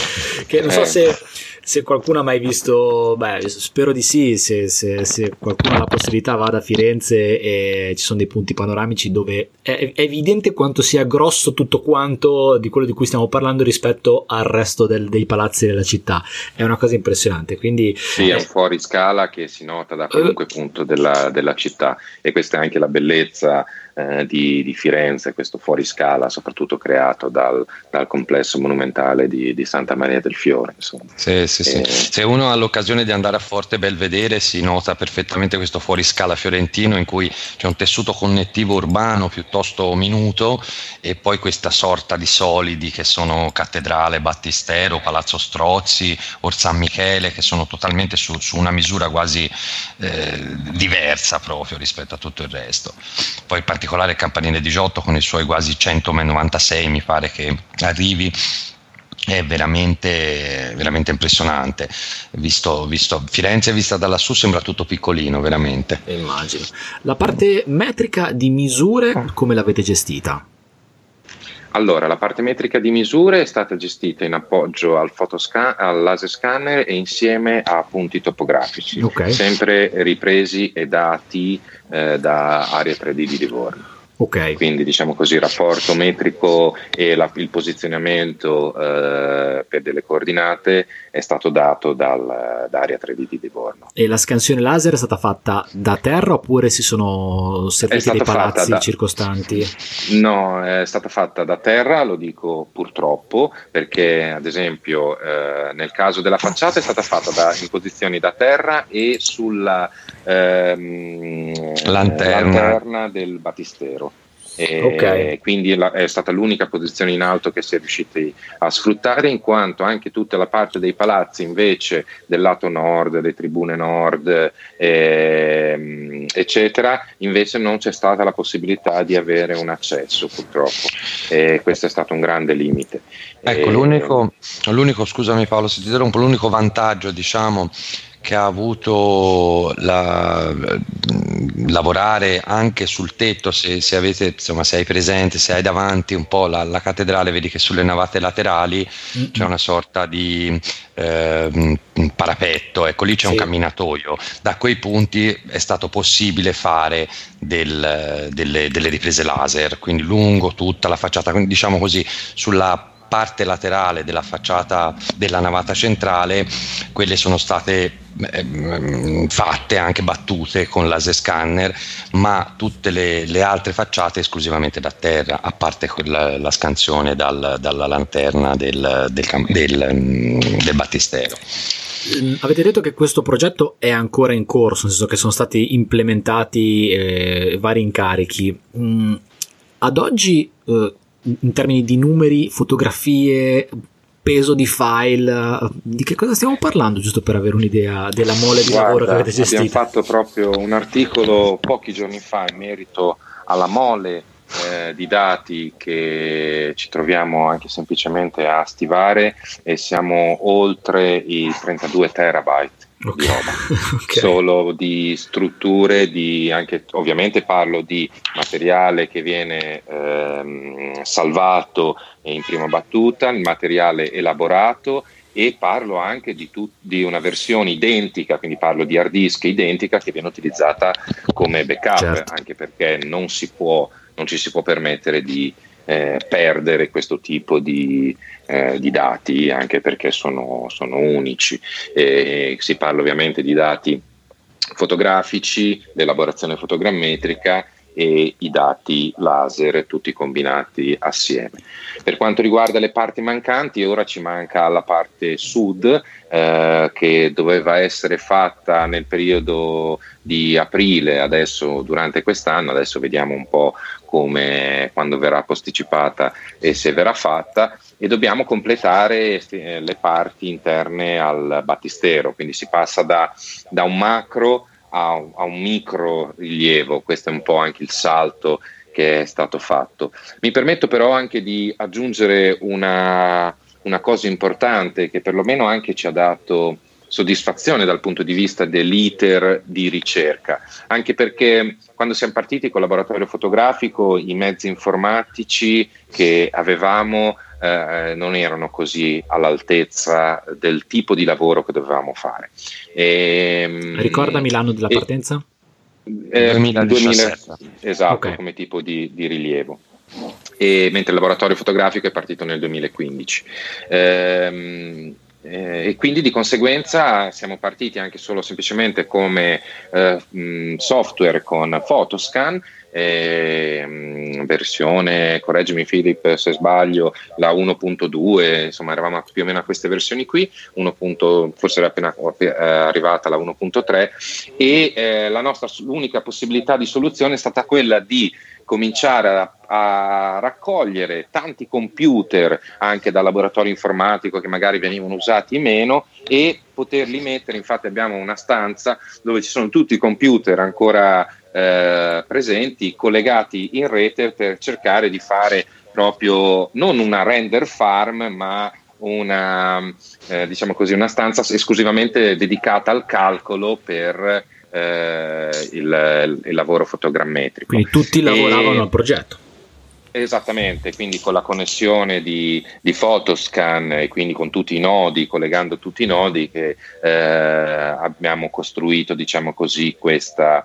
che non so se se qualcuno ha mai visto, beh, spero di sì, se, se, se qualcuno ha la possibilità vada a Firenze e ci sono dei punti panoramici dove è, è evidente quanto sia grosso tutto quanto di quello di cui stiamo parlando rispetto al resto del, dei palazzi della città. È una cosa impressionante, quindi sì, è un fuoriscala che si nota da qualunque uh, punto della, della città, e questa è anche la bellezza eh, di, di Firenze, questo fuoriscala soprattutto creato dal, dal complesso monumentale di, di Santa Maria del Fiore, insomma. Sì, sì, sì. Se uno ha l'occasione di andare a Forte Belvedere si nota perfettamente questo fuoriscala fiorentino in cui c'è un tessuto connettivo urbano piuttosto minuto, e poi questa sorta di solidi che sono Cattedrale, Battistero, Palazzo Strozzi, Or San Michele, che sono totalmente su, su una misura quasi eh, diversa proprio rispetto a tutto il resto. Poi in particolare il campanile di Giotto con i suoi quasi centonovantasei mi pare che arrivi, è veramente, veramente impressionante. Visto, visto Firenze vista da lassù sembra tutto piccolino, veramente. Immagino. La parte metrica di misure come l'avete gestita? Allora, la parte metrica di misure è stata gestita in appoggio al, fotoscan- al laser scanner e insieme a punti topografici, okay. sempre ripresi e dati eh, da Area tre D di Livorno. Okay. Quindi diciamo così il rapporto metrico e la, il posizionamento eh, per delle coordinate è stato dato dal, da Area tre D di Livorno. E la scansione laser è stata fatta da terra oppure si sono serviti dei palazzi da, circostanti? No, è stata fatta da terra, lo dico purtroppo, perché ad esempio eh, nel caso della facciata è stata fatta da, in posizioni da terra e sulla ehm, lanterna. lanterna del battistero. E okay. Quindi la, è stata l'unica posizione in alto che si è riusciti a sfruttare, in quanto anche tutta la parte dei palazzi invece del lato nord, delle tribune nord eh, eccetera, invece non c'è stata la possibilità di avere un accesso, purtroppo, e questo è stato un grande limite. Ecco, e, l'unico, l'unico scusami Paolo se ti interrompo, l'unico vantaggio diciamo che ha avuto la, lavorare anche sul tetto, se, se avete insomma se hai presente, se hai davanti un po' la, la cattedrale, vedi che sulle navate laterali mm-hmm. c'è una sorta di eh, parapetto, ecco lì c'è sì. un camminatoio, da quei punti è stato possibile fare del, delle, delle riprese laser, quindi lungo tutta la facciata, quindi diciamo così sulla parte laterale della facciata della navata centrale, quelle sono state eh, fatte anche battute con laser scanner, ma tutte le, le altre facciate esclusivamente da terra, a parte quella, la scansione dal, dalla lanterna del, del, del, del battistero. Avete detto che questo progetto è ancora in corso, nel senso che sono stati implementati eh, vari incarichi. Mm, ad oggi eh, in termini di numeri, fotografie, peso di file, di che cosa stiamo parlando, giusto per avere un'idea della mole di Guarda, lavoro che avete gestito? Abbiamo fatto proprio un articolo pochi giorni fa in merito alla mole eh, di dati che ci troviamo anche semplicemente a stivare e siamo oltre i trentadue terabyte. Okay. Di roba. Okay. Solo di strutture, di anche ovviamente parlo di materiale che viene ehm, salvato in prima battuta, il materiale elaborato, e parlo anche di, tut- di una versione identica, quindi parlo di hard disk identica che viene utilizzata come backup, certo. Anche perché non si può, non ci si può permettere di eh, perdere questo tipo di Eh, di dati, anche perché sono, sono unici. E si parla ovviamente di dati fotografici, l'elaborazione fotogrammetrica e i dati laser tutti combinati assieme. Per quanto riguarda le parti mancanti, ora ci manca la parte sud eh, che doveva essere fatta nel periodo di aprile, adesso durante quest'anno, adesso vediamo un po' come quando verrà posticipata e se verrà fatta, e dobbiamo completare eh, le parti interne al battistero, quindi si passa da, da un macro a un, a un micro rilievo. Questo è un po' anche il salto che è stato fatto. Mi permetto però anche di aggiungere una, una cosa importante che perlomeno anche ci ha dato soddisfazione dal punto di vista dell'iter di ricerca, anche perché quando siamo partiti con il laboratorio fotografico i mezzi informatici che avevamo eh, non erano così all'altezza del tipo di lavoro che dovevamo fare. E, Ricordami l'anno della partenza? Eh, duemiladiciassette. duemila, esatto, okay. Come tipo di, di rilievo. E, mentre il laboratorio fotografico è partito nel duemilaquindici. Ehm, Eh, e quindi di conseguenza siamo partiti anche solo semplicemente come eh, mh, software con Photoscan, eh, mh, versione, correggimi Filippo se sbaglio, la uno punto due, insomma eravamo più o meno a queste versioni qui, uno. Forse era appena eh, arrivata la uno punto tre, e eh, la nostra l'unica possibilità di soluzione è stata quella di cominciare a, a raccogliere tanti computer anche dal laboratorio informatico che magari venivano usati meno e poterli mettere. Infatti abbiamo una stanza dove ci sono tutti i computer ancora eh, presenti, collegati in rete per cercare di fare proprio non una render farm, ma una, eh, diciamo così, una stanza esclusivamente dedicata al calcolo per Eh, il, il lavoro fotogrammetrico. Quindi tutti lavoravano e, al progetto. Esattamente, quindi con la connessione di, di Photoscan e quindi con tutti i nodi, collegando tutti i nodi, che eh, abbiamo costruito, diciamo così, questa,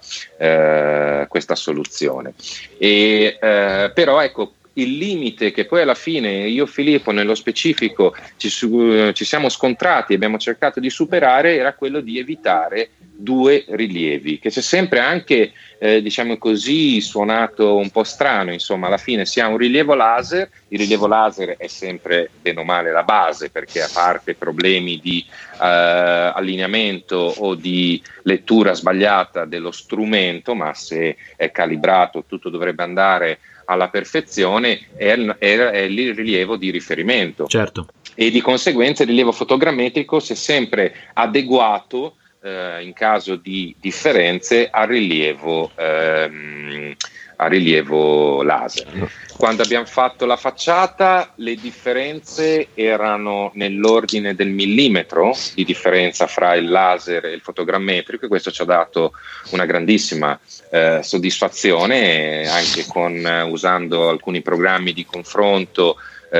eh, questa soluzione. E, eh, però ecco, il limite che poi alla fine io e Filippo nello specifico ci, su, ci siamo scontrati e abbiamo cercato di superare era quello di evitare due rilievi, che c'è sempre anche eh, diciamo così suonato un po' strano. Insomma, alla fine si ha un rilievo laser, il rilievo laser è sempre bene o male la base, perché a parte problemi di eh, allineamento o di lettura sbagliata dello strumento, ma se è calibrato tutto dovrebbe andare alla perfezione, è, è, è il rilievo di riferimento. Certo. E di conseguenza il rilievo fotogrammetrico si è sempre adeguato eh, in caso di differenze al rilievo, ehm, a rilievo laser. Quando abbiamo fatto la facciata le differenze erano nell'ordine del millimetro di differenza fra il laser e il fotogrammetrico, e questo ci ha dato una grandissima eh, soddisfazione, anche con eh, usando alcuni programmi di confronto.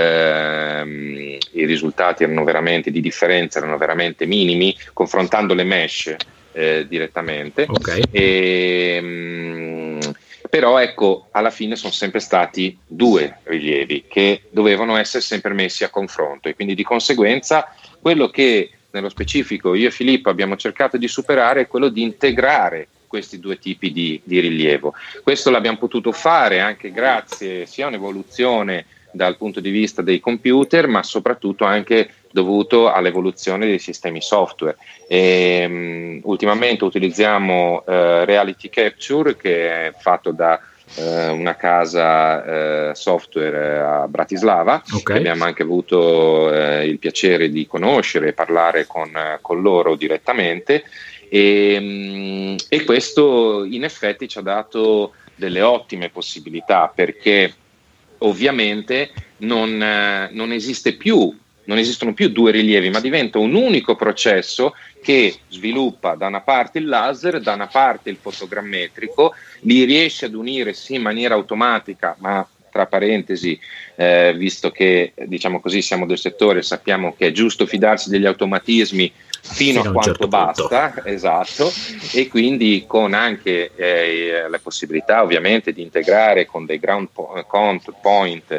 Ehm, i risultati erano veramente di differenza, erano veramente minimi, confrontando le mesh eh, direttamente. Okay. E, mh, però ecco, alla fine sono sempre stati due rilievi che dovevano essere sempre messi a confronto, e quindi di conseguenza quello che nello specifico io e Filippo abbiamo cercato di superare è quello di integrare questi due tipi di, di rilievo. Questo l'abbiamo potuto fare anche grazie sia a un'evoluzione dal punto di vista dei computer, ma soprattutto anche dovuto all'evoluzione dei sistemi software. E, um, ultimamente utilizziamo uh, Reality Capture, che è fatto da uh, una casa uh, software a Bratislava. Okay. Abbiamo anche avuto uh, il piacere di conoscere e parlare con, uh, con loro direttamente. E, um, e questo in effetti ci ha dato delle ottime possibilità, perché ovviamente non, eh, non esiste più, non esistono più due rilievi, ma diventa un unico processo che sviluppa da una parte il laser, da una parte il fotogrammetrico, li riesce ad unire sì in maniera automatica, ma tra parentesi, eh, visto che diciamo così siamo del settore, sappiamo che è giusto fidarsi degli automatismi fino, fino a quanto certo basta, punto. Esatto, e quindi con anche eh, la possibilità ovviamente di integrare con dei ground count point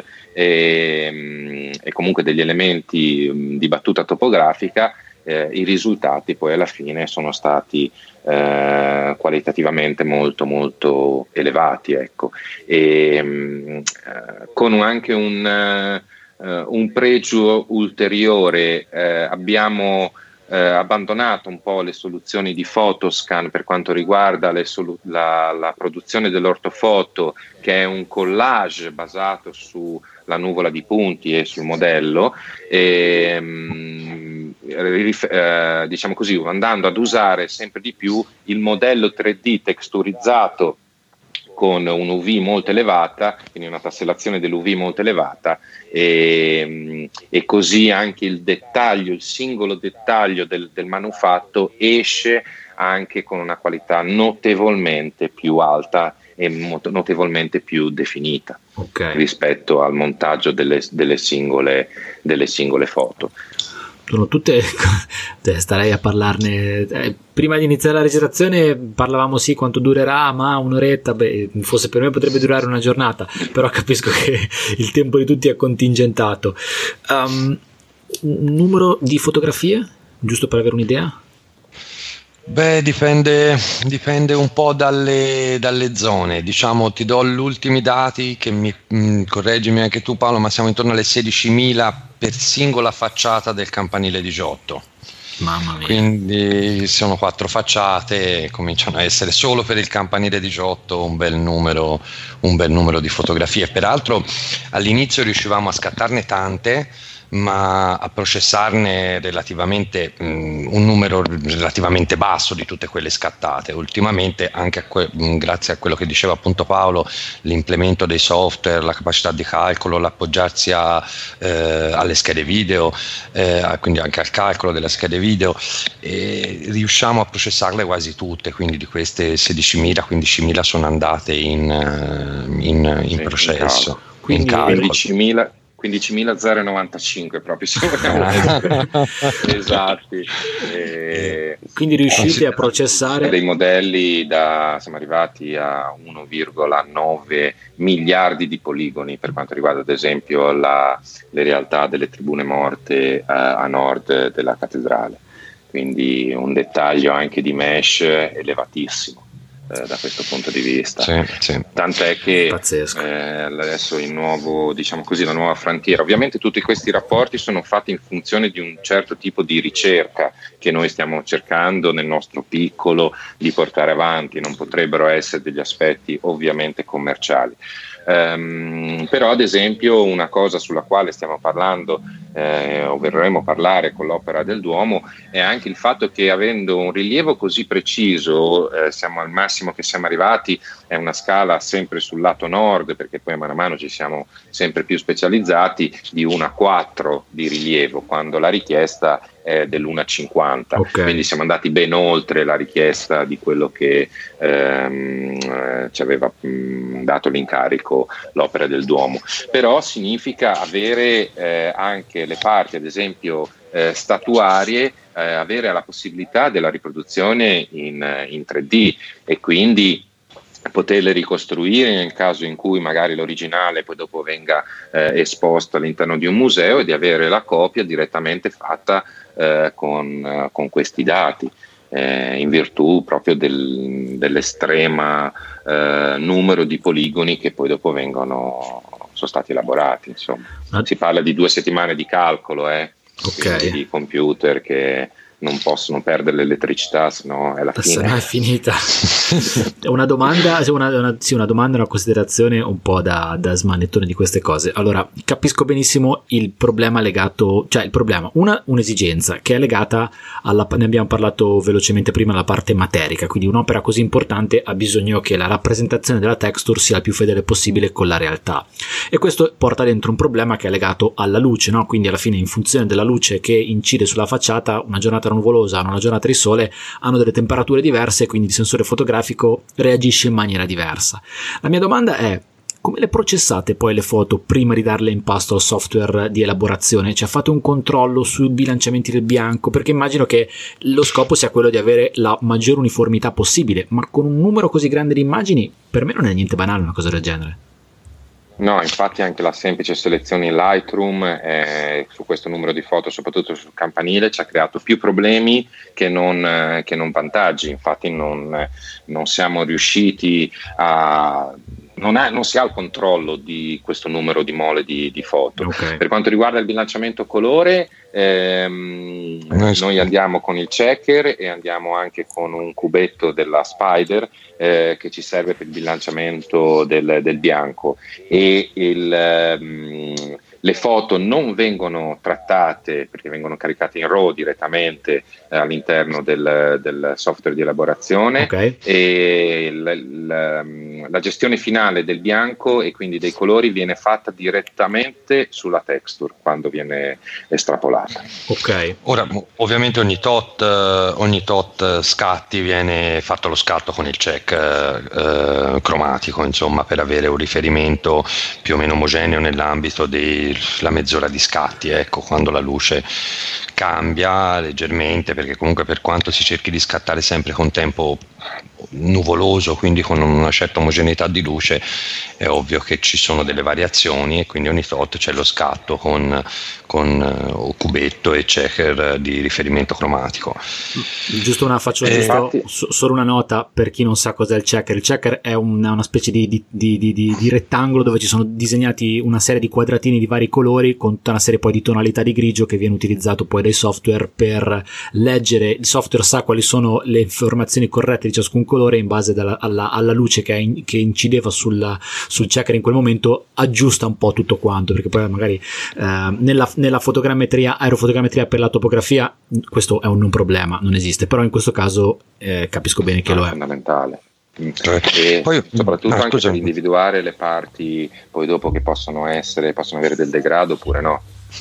e, e comunque degli elementi di battuta topografica, eh, i risultati poi alla fine sono stati eh, qualitativamente molto molto elevati, ecco, e eh, con anche un, uh, un pregio ulteriore. eh, abbiamo Eh, abbandonato un po' le soluzioni di photoscan per quanto riguarda le solu- la, la produzione dell'ortofoto, che è un collage basato sulla nuvola di punti e sul modello, e, mh, rif- eh, diciamo così, andando ad usare sempre di più il modello tre D texturizzato con un U V molto elevata, quindi una tassellazione dell'U V molto elevata, e, e così anche il dettaglio, il singolo dettaglio del, del manufatto esce anche con una qualità notevolmente più alta e notevolmente più definita, okay, rispetto al montaggio delle, delle, singole, delle singole foto. Sono tutte, starei a parlarne. Eh, prima di iniziare la registrazione parlavamo sì quanto durerà, ma un'oretta, beh, forse per me potrebbe durare una giornata, però capisco che il tempo di tutti è contingentato. Um, un numero di fotografie, giusto per avere un'idea? Beh, dipende, dipende un po' dalle, dalle zone. Diciamo, ti do gli ultimi dati, che mi mh, correggimi anche tu Paolo, ma siamo intorno alle sedicimila per singola facciata del campanile di Giotto. Mamma mia. Quindi sono quattro facciate, cominciano a essere solo per il campanile di Giotto un bel numero, un bel numero di fotografie. Peraltro all'inizio riuscivamo a scattarne tante, ma a processarne relativamente mh, un numero relativamente basso di tutte quelle scattate. Ultimamente, anche a que- mh, grazie a quello che diceva appunto Paolo, l'implemento dei software, la capacità di calcolo, l'appoggiarsi a, eh, alle schede video, eh, quindi anche al calcolo delle schede video, e riusciamo a processarle quasi tutte, quindi di queste sedicimila quindicimila sono andate in, in, in processo, quindi in quindicimila quindicimila novantacinque proprio, se vogliamo essere esatti. E quindi riuscite a processare dei modelli da, siamo arrivati a uno virgola nove miliardi di poligoni per quanto riguarda ad esempio la, le realtà delle tribune morte eh, a nord della cattedrale, quindi un dettaglio anche di mesh elevatissimo eh, da questo punto di vista. Sì, sì. Tant'è che eh, adesso il nuovo, diciamo così, la nuova frontiera, ovviamente tutti questi rapporti sono fatti in funzione di un certo tipo di ricerca che noi stiamo cercando nel nostro piccolo di portare avanti, non potrebbero essere degli aspetti ovviamente commerciali. Um, però ad esempio una cosa sulla quale stiamo parlando eh, o verremo a parlare con l'Opera del Duomo è anche il fatto che, avendo un rilievo così preciso, eh, siamo al massimo che siamo arrivati, è una scala sempre sul lato nord, perché poi mano a mano ci siamo sempre più specializzati, di uno a quattro di rilievo, quando la richiesta è dell'uno a cinquanta, okay. Quindi siamo andati ben oltre la richiesta di quello che ehm, ci aveva mh, dato l'incarico l'Opera del Duomo. Però significa avere eh, anche le parti, ad esempio eh, statuarie, eh, avere la possibilità della riproduzione in, in tre D, e quindi poterle ricostruire nel caso in cui magari l'originale poi dopo venga eh, esposto all'interno di un museo, e di avere la copia direttamente fatta eh, con, eh, con questi dati, eh, in virtù proprio del, dell'estrema eh, numero di poligoni che poi dopo vengono sono stati elaborati. Insomma, si parla di due settimane di calcolo, eh, okay. di computer che non possono perdere l'elettricità, sennò è la fine. Se no è finita. Una domanda, una, una, sì, una domanda, una considerazione un po' da, da smanettone di queste cose. Allora, capisco benissimo il problema legato, cioè il problema, una un'esigenza che è legata alla, ne abbiamo parlato velocemente prima, alla parte materica, quindi un'opera così importante ha bisogno che la rappresentazione della texture sia il più fedele possibile con la realtà, e questo porta dentro un problema che è legato alla luce, no? Quindi alla fine, in funzione della luce che incide sulla facciata, una giornata nuvolosa, una giornata di sole hanno delle temperature diverse, quindi il sensore fotografico reagisce in maniera diversa. La mia domanda è: come le processate poi le foto prima di darle in pasto al software di elaborazione? Cioè, fate un controllo sui bilanciamenti del bianco? Perché immagino che lo scopo sia quello di avere la maggiore uniformità possibile, ma con un numero così grande di immagini per me non è niente banale una cosa del genere. No, infatti anche la semplice selezione in Lightroom eh, su questo numero di foto, soprattutto sul campanile, ci ha creato più problemi che non, eh, che non vantaggi. Infatti non, eh, non siamo riusciti a... Non, ha, non si ha il controllo di questo numero di mole di, di foto. Okay. Per quanto riguarda il bilanciamento colore, ehm, noi andiamo con il checker e andiamo anche con un cubetto della Spider eh, che ci serve per il bilanciamento del, del bianco, e il, ehm, le foto non vengono trattate perché vengono caricate in RAW direttamente eh, all'interno del, del software di elaborazione. Okay. E il, il, la gestione finale del bianco e quindi dei colori viene fatta direttamente sulla texture quando viene estrapolata. Ok. Ora ovviamente ogni tot, ogni tot scatti viene fatto lo scatto con il check eh, cromatico, insomma, per avere un riferimento più o meno omogeneo nell'ambito della mezz'ora di scatti, ecco, quando la luce cambia leggermente, perché comunque per quanto si cerchi di scattare sempre con tempo nuvoloso, quindi con una certa omogeneità di luce, è ovvio che ci sono delle variazioni e quindi ogni tot c'è lo scatto con, con uh, cubetto e checker di riferimento cromatico. Giusto una faccio eh, giusto, so, solo una nota per chi non sa cos'è il checker. Il checker è una, una specie di, di, di, di, di rettangolo dove ci sono disegnati una serie di quadratini di vari colori con tutta una serie poi di tonalità di grigio che viene utilizzato poi dai software per leggere. Il software sa quali sono le informazioni corrette di ciascun colore in base dalla, alla, alla luce che, in, che incideva sul, sul checker in quel momento, aggiusta un po' tutto quanto, perché poi magari eh, nella, nella fotogrammetria, aerofotogrammetria per la topografia questo è un, un problema, non esiste, però in questo caso eh, capisco bene che no, lo è. È fondamentale. E poi, soprattutto no, anche per individuare le parti poi dopo che possono essere, possono avere del degrado oppure no.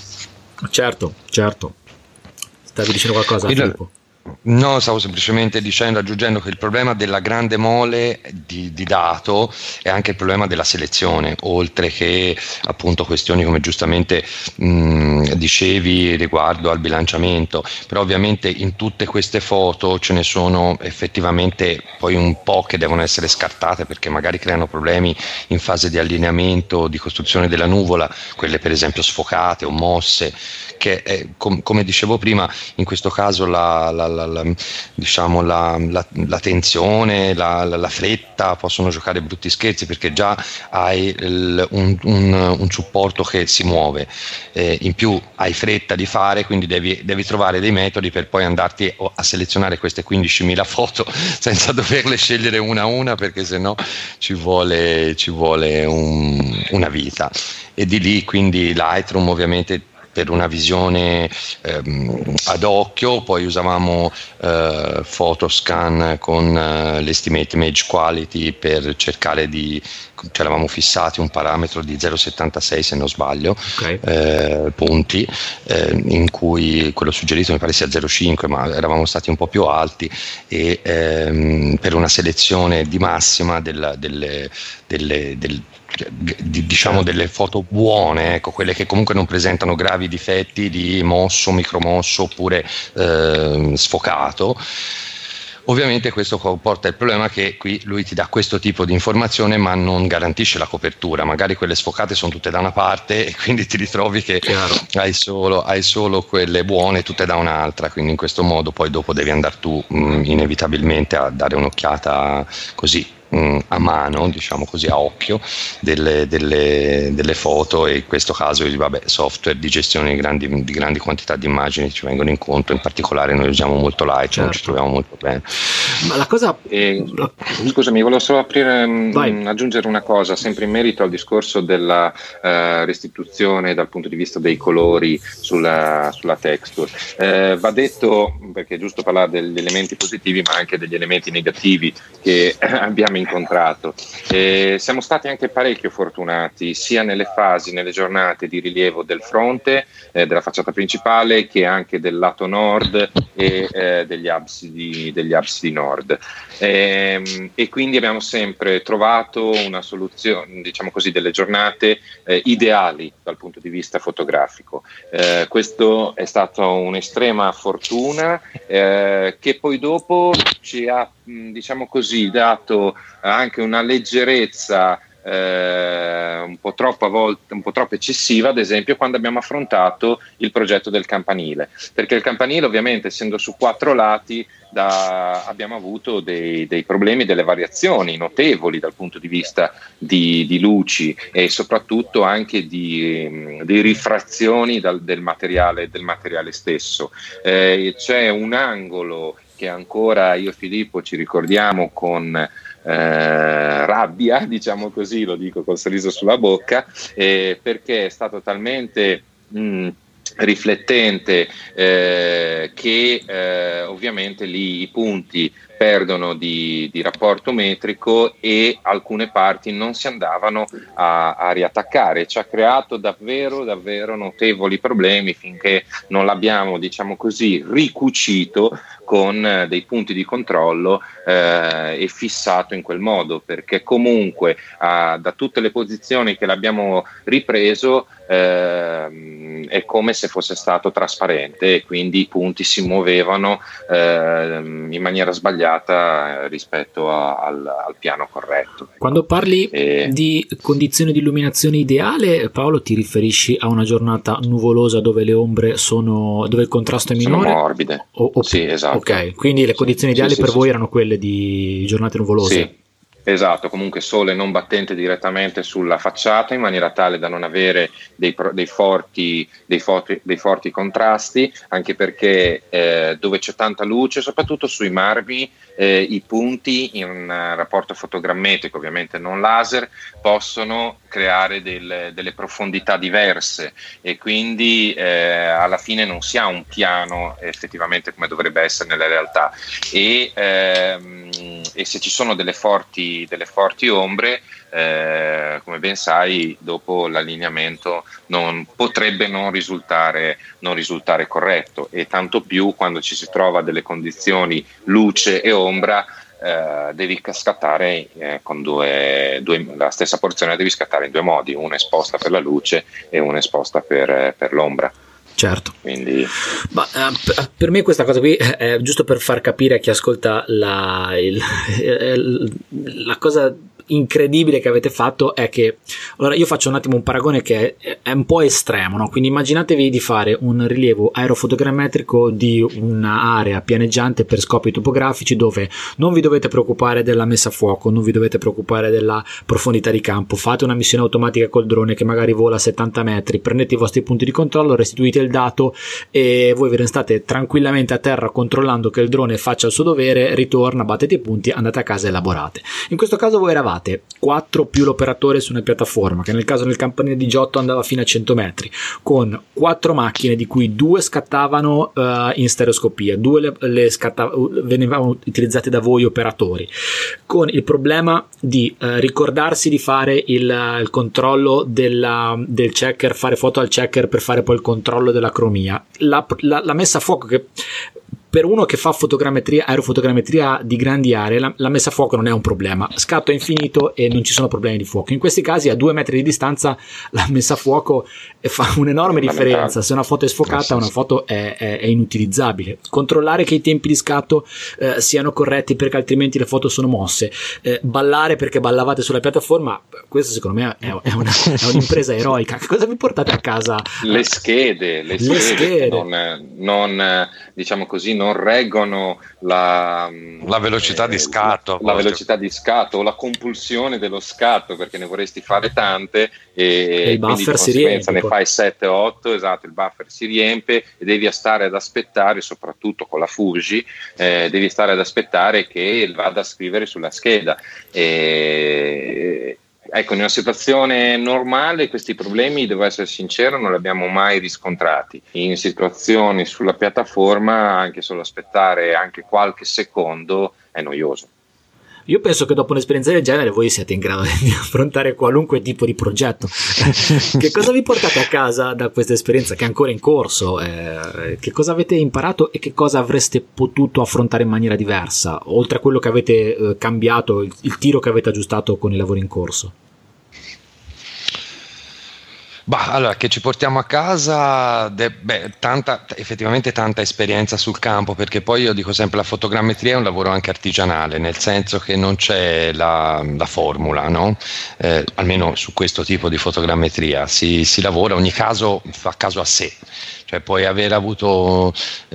Certo, certo. Stavi dicendo qualcosa, Il... Filippo? No, stavo semplicemente dicendo, aggiungendo che il problema della grande mole di, di dato è anche il problema della selezione, oltre che appunto questioni come giustamente mh, dicevi riguardo al bilanciamento. Però ovviamente in tutte queste foto ce ne sono effettivamente poi un po' che devono essere scartate perché magari creano problemi in fase di allineamento, di costruzione della nuvola, quelle per esempio sfocate o mosse, che è, com- come dicevo prima, in questo caso la, la, la, la, diciamo la, la, la tensione, la, la, la fretta possono giocare brutti scherzi, perché già hai il, un, un, un supporto che si muove, eh, in più hai fretta di fare, quindi devi, devi trovare dei metodi per poi andarti a selezionare queste quindicimila foto senza doverle scegliere una a una, perché sennò ci vuole, ci vuole un, una vita. E di lì quindi Lightroom ovviamente per una visione ehm, ad occhio, poi usavamo eh, Photoscan con eh, l'Estimate Image Quality per cercare di, ci eravamo fissati un parametro di zero virgola settantasei se non sbaglio, okay. eh, punti, eh, in cui quello suggerito mi pare sia zero virgola cinque, ma eravamo stati un po' più alti, e ehm, per una selezione di massima della, delle, delle, del Di, diciamo delle foto buone, ecco, quelle che comunque non presentano gravi difetti di mosso, micromosso oppure eh, sfocato. Ovviamente questo comporta il problema che qui lui ti dà questo tipo di informazione ma non garantisce la copertura, magari quelle sfocate sono tutte da una parte e quindi ti ritrovi che hai solo, hai solo quelle buone tutte da un'altra, quindi in questo modo poi dopo devi andare tu mh, inevitabilmente a dare un'occhiata così mh, a mano, diciamo così, a occhio delle, delle, delle foto, e in questo caso il vabbè, software di gestione di grandi, di grandi quantità di immagini ci vengono incontro. In particolare noi usiamo molto Lightroom, certo. Ci troviamo molto bene. Ma la cosa eh, scusami, volevo solo aprire, mh, aggiungere una cosa sempre in merito al discorso della uh, restituzione dal punto di vista dei colori sulla, sulla texture. Eh, va detto, perché è giusto parlare degli elementi positivi ma anche degli elementi negativi che abbiamo incontrato. Eh, siamo stati anche parecchio fortunati sia nelle fasi, nelle giornate di rilievo del fronte, eh, della facciata principale, che anche del lato nord e eh, degli absidi, degli absidi nord. Eh, e quindi abbiamo sempre trovato una soluzione, diciamo così, delle giornate eh, ideali dal punto di vista fotografico. Eh, questo è stata un'estrema fortuna eh, che poi dopo ci ha, diciamo così, dato anche una leggerezza eh, un po' troppo a volte, un po' troppo eccessiva, ad esempio quando abbiamo affrontato il progetto del campanile, perché il campanile, ovviamente, essendo su quattro lati, da, abbiamo avuto dei, dei problemi, delle variazioni notevoli dal punto di vista di, di luci e soprattutto anche di, di rifrazioni dal, del, materiale, del materiale stesso. Eh, c'è un angolo che ancora io e Filippo ci ricordiamo con eh, rabbia, diciamo così, lo dico col sorriso sulla bocca, eh, perché è stato talmente mh, riflettente eh, che eh, ovviamente lì i punti perdono di, di rapporto metrico e alcune parti non si andavano a, a riattaccare. Ci ha creato davvero davvero notevoli problemi finché non l'abbiamo, diciamo così, ricucito con dei punti di controllo eh, e fissato in quel modo, perché comunque eh, da tutte le posizioni che l'abbiamo ripreso eh, è come se fosse stato trasparente e quindi i punti si muovevano eh, in maniera sbagliata rispetto a, al, al piano corretto. Quando parli e... di condizioni di illuminazione ideale, Paolo, ti riferisci a una giornata nuvolosa dove le ombre sono, dove il contrasto è minore? Sono morbide. O, o, sì, esatto. Ok, quindi le condizioni ideali sì, per sì, voi sì. erano quelle di giornate nuvolose? Sì. Esatto, comunque sole non battente direttamente sulla facciata in maniera tale da non avere dei, dei, forti, dei, forti, dei forti contrasti, anche perché eh, dove c'è tanta luce, soprattutto sui marmi, eh, i punti in un rapporto fotogrammetrico, ovviamente non laser, possono creare del, delle profondità diverse e quindi eh, alla fine non si ha un piano effettivamente come dovrebbe essere nella realtà e, ehm, e se ci sono delle forti, delle forti ombre eh, come ben sai dopo l'allineamento non, potrebbe non risultare, non risultare corretto e tanto più quando ci si trova delle condizioni luce e ombra. Uh, devi scattare eh, con due, due, la stessa porzione devi scattare in due modi, una esposta per la luce e una esposta per, per l'ombra. Certo. Quindi... Ma, uh, per me questa cosa qui è giusto per far capire a chi ascolta la, il, la cosa incredibile che avete fatto è che allora io faccio un attimo un paragone che è, è un po' estremo, no? Quindi immaginatevi di fare un rilievo aerofotogrammetrico di un'area pianeggiante per scopi topografici dove non vi dovete preoccupare della messa a fuoco, non vi dovete preoccupare della profondità di campo, fate una missione automatica col drone che magari vola a settanta metri, prendete i vostri punti di controllo, restituite il dato e voi ve ne state tranquillamente a terra controllando che il drone faccia il suo dovere, ritorna, battete i punti, andate a casa e elaborate. In questo caso voi eravate quattro più l'operatore su una piattaforma che nel caso del campanile di Giotto andava fino a cento metri con quattro macchine di cui due scattavano uh, in stereoscopia, due le, le scattav- venivano utilizzate da voi operatori, con il problema di uh, ricordarsi di fare il, il controllo della, del checker, fare foto al checker per fare poi il controllo della cromia, la, la, la messa a fuoco che per uno che fa fotogrammetria, aerofotogrammetria di grandi aree, la, la messa a fuoco non è un problema, scatto è infinito e non ci sono problemi di fuoco. In questi casi a due metri di distanza la messa a fuoco fa un'enorme differenza, se una foto è sfocata una foto è, è, è inutilizzabile. Controllare che i tempi di scatto eh, siano corretti perché altrimenti le foto sono mosse, eh, ballare perché ballavate sulla piattaforma, questo secondo me è, è, una, è un'impresa eroica. Che cosa vi portate a casa? Le schede, le schede, le schede. Non, non, diciamo così, non non reggono la, la velocità eh, di scatto, la, la velocità di scatto o la compulsione dello scatto, perché ne vorresti fare tante e, e il quindi buffer di conseguenza si riempie, ne fai sette otto, esatto, il buffer si riempie e devi stare ad aspettare, soprattutto con la Fuji, eh, devi stare ad aspettare che vada a scrivere sulla scheda. E, ecco, in una situazione normale questi problemi, devo essere sincero, non li abbiamo mai riscontrati. In situazioni sulla piattaforma anche solo aspettare anche qualche secondo è noioso. Io penso che dopo un'esperienza del genere voi siete in grado di affrontare qualunque tipo di progetto. Che cosa vi portate a casa da questa esperienza che è ancora in corso? Eh, che cosa avete imparato e che cosa avreste potuto affrontare in maniera diversa, oltre a quello che avete eh, cambiato, il, il tiro che avete aggiustato con i lavori in corso? Bah, allora, che ci portiamo a casa, de, beh, tanta, effettivamente tanta esperienza sul campo, perché poi io dico sempre la fotogrammetria è un lavoro anche artigianale, nel senso che non c'è la, la formula, no? Eh, almeno su questo tipo di fotogrammetria, si, si lavora, ogni caso fa caso a sé. Cioè puoi aver avuto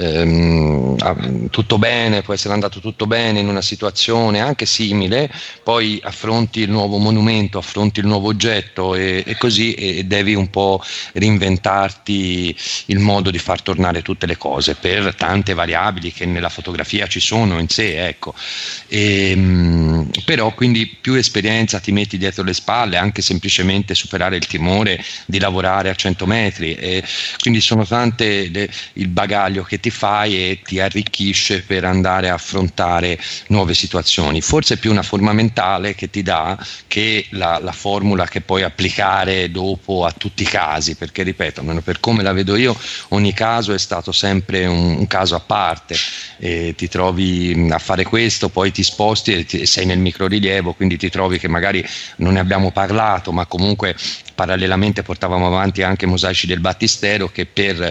ehm, tutto bene, può essere andato tutto bene in una situazione anche simile, poi affronti il nuovo monumento, affronti il nuovo oggetto e, e così e devi un po' reinventarti il modo di far tornare tutte le cose per tante variabili che nella fotografia ci sono in sé, ecco. E, mh, però quindi più esperienza ti metti dietro le spalle, anche semplicemente superare il timore di lavorare a cento metri, e quindi sono tante Le, il bagaglio che ti fai e ti arricchisce per andare a affrontare nuove situazioni. Forse è più una forma mentale che ti dà che la, la formula che puoi applicare dopo a tutti i casi, perché ripeto, almeno per come la vedo io, ogni caso è stato sempre un, un caso a parte, e ti trovi a fare questo, poi ti sposti e, ti, e sei nel microrilievo, quindi ti trovi che magari non ne abbiamo parlato, ma comunque parallelamente portavamo avanti anche mosaici del Battistero che per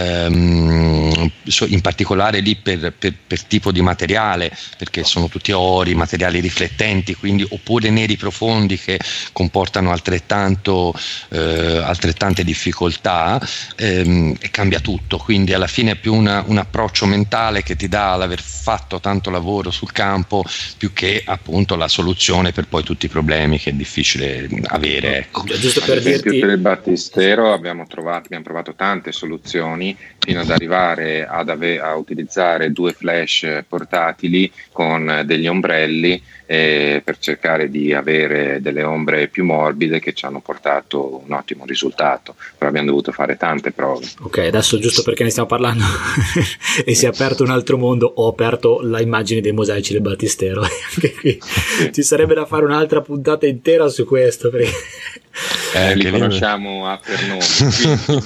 ehm, in particolare lì per, per, per tipo di materiale, perché sono tutti ori, materiali riflettenti, quindi oppure neri profondi che comportano altrettanto eh, altrettante difficoltà, ehm, e cambia tutto, quindi alla fine è più una, un approccio mentale che ti dà l'aver fatto tanto lavoro sul campo più che appunto la soluzione per poi tutti i problemi che è difficile avere, ecco. Giusto per per dirti, per il Battistero abbiamo trovato abbiamo provato tante soluzioni fino ad arrivare ad ave- a utilizzare due flash portatili con degli ombrelli eh, per cercare di avere delle ombre più morbide che ci hanno portato un ottimo risultato, però abbiamo dovuto fare tante prove. Ok, adesso giusto perché ne stiamo parlando e si è aperto un altro mondo, ho aperto la immagine dei mosaici del Battistero. Anche qui ci sarebbe da fare un'altra puntata intera su questo, perché eh, li conosciamo a per nome.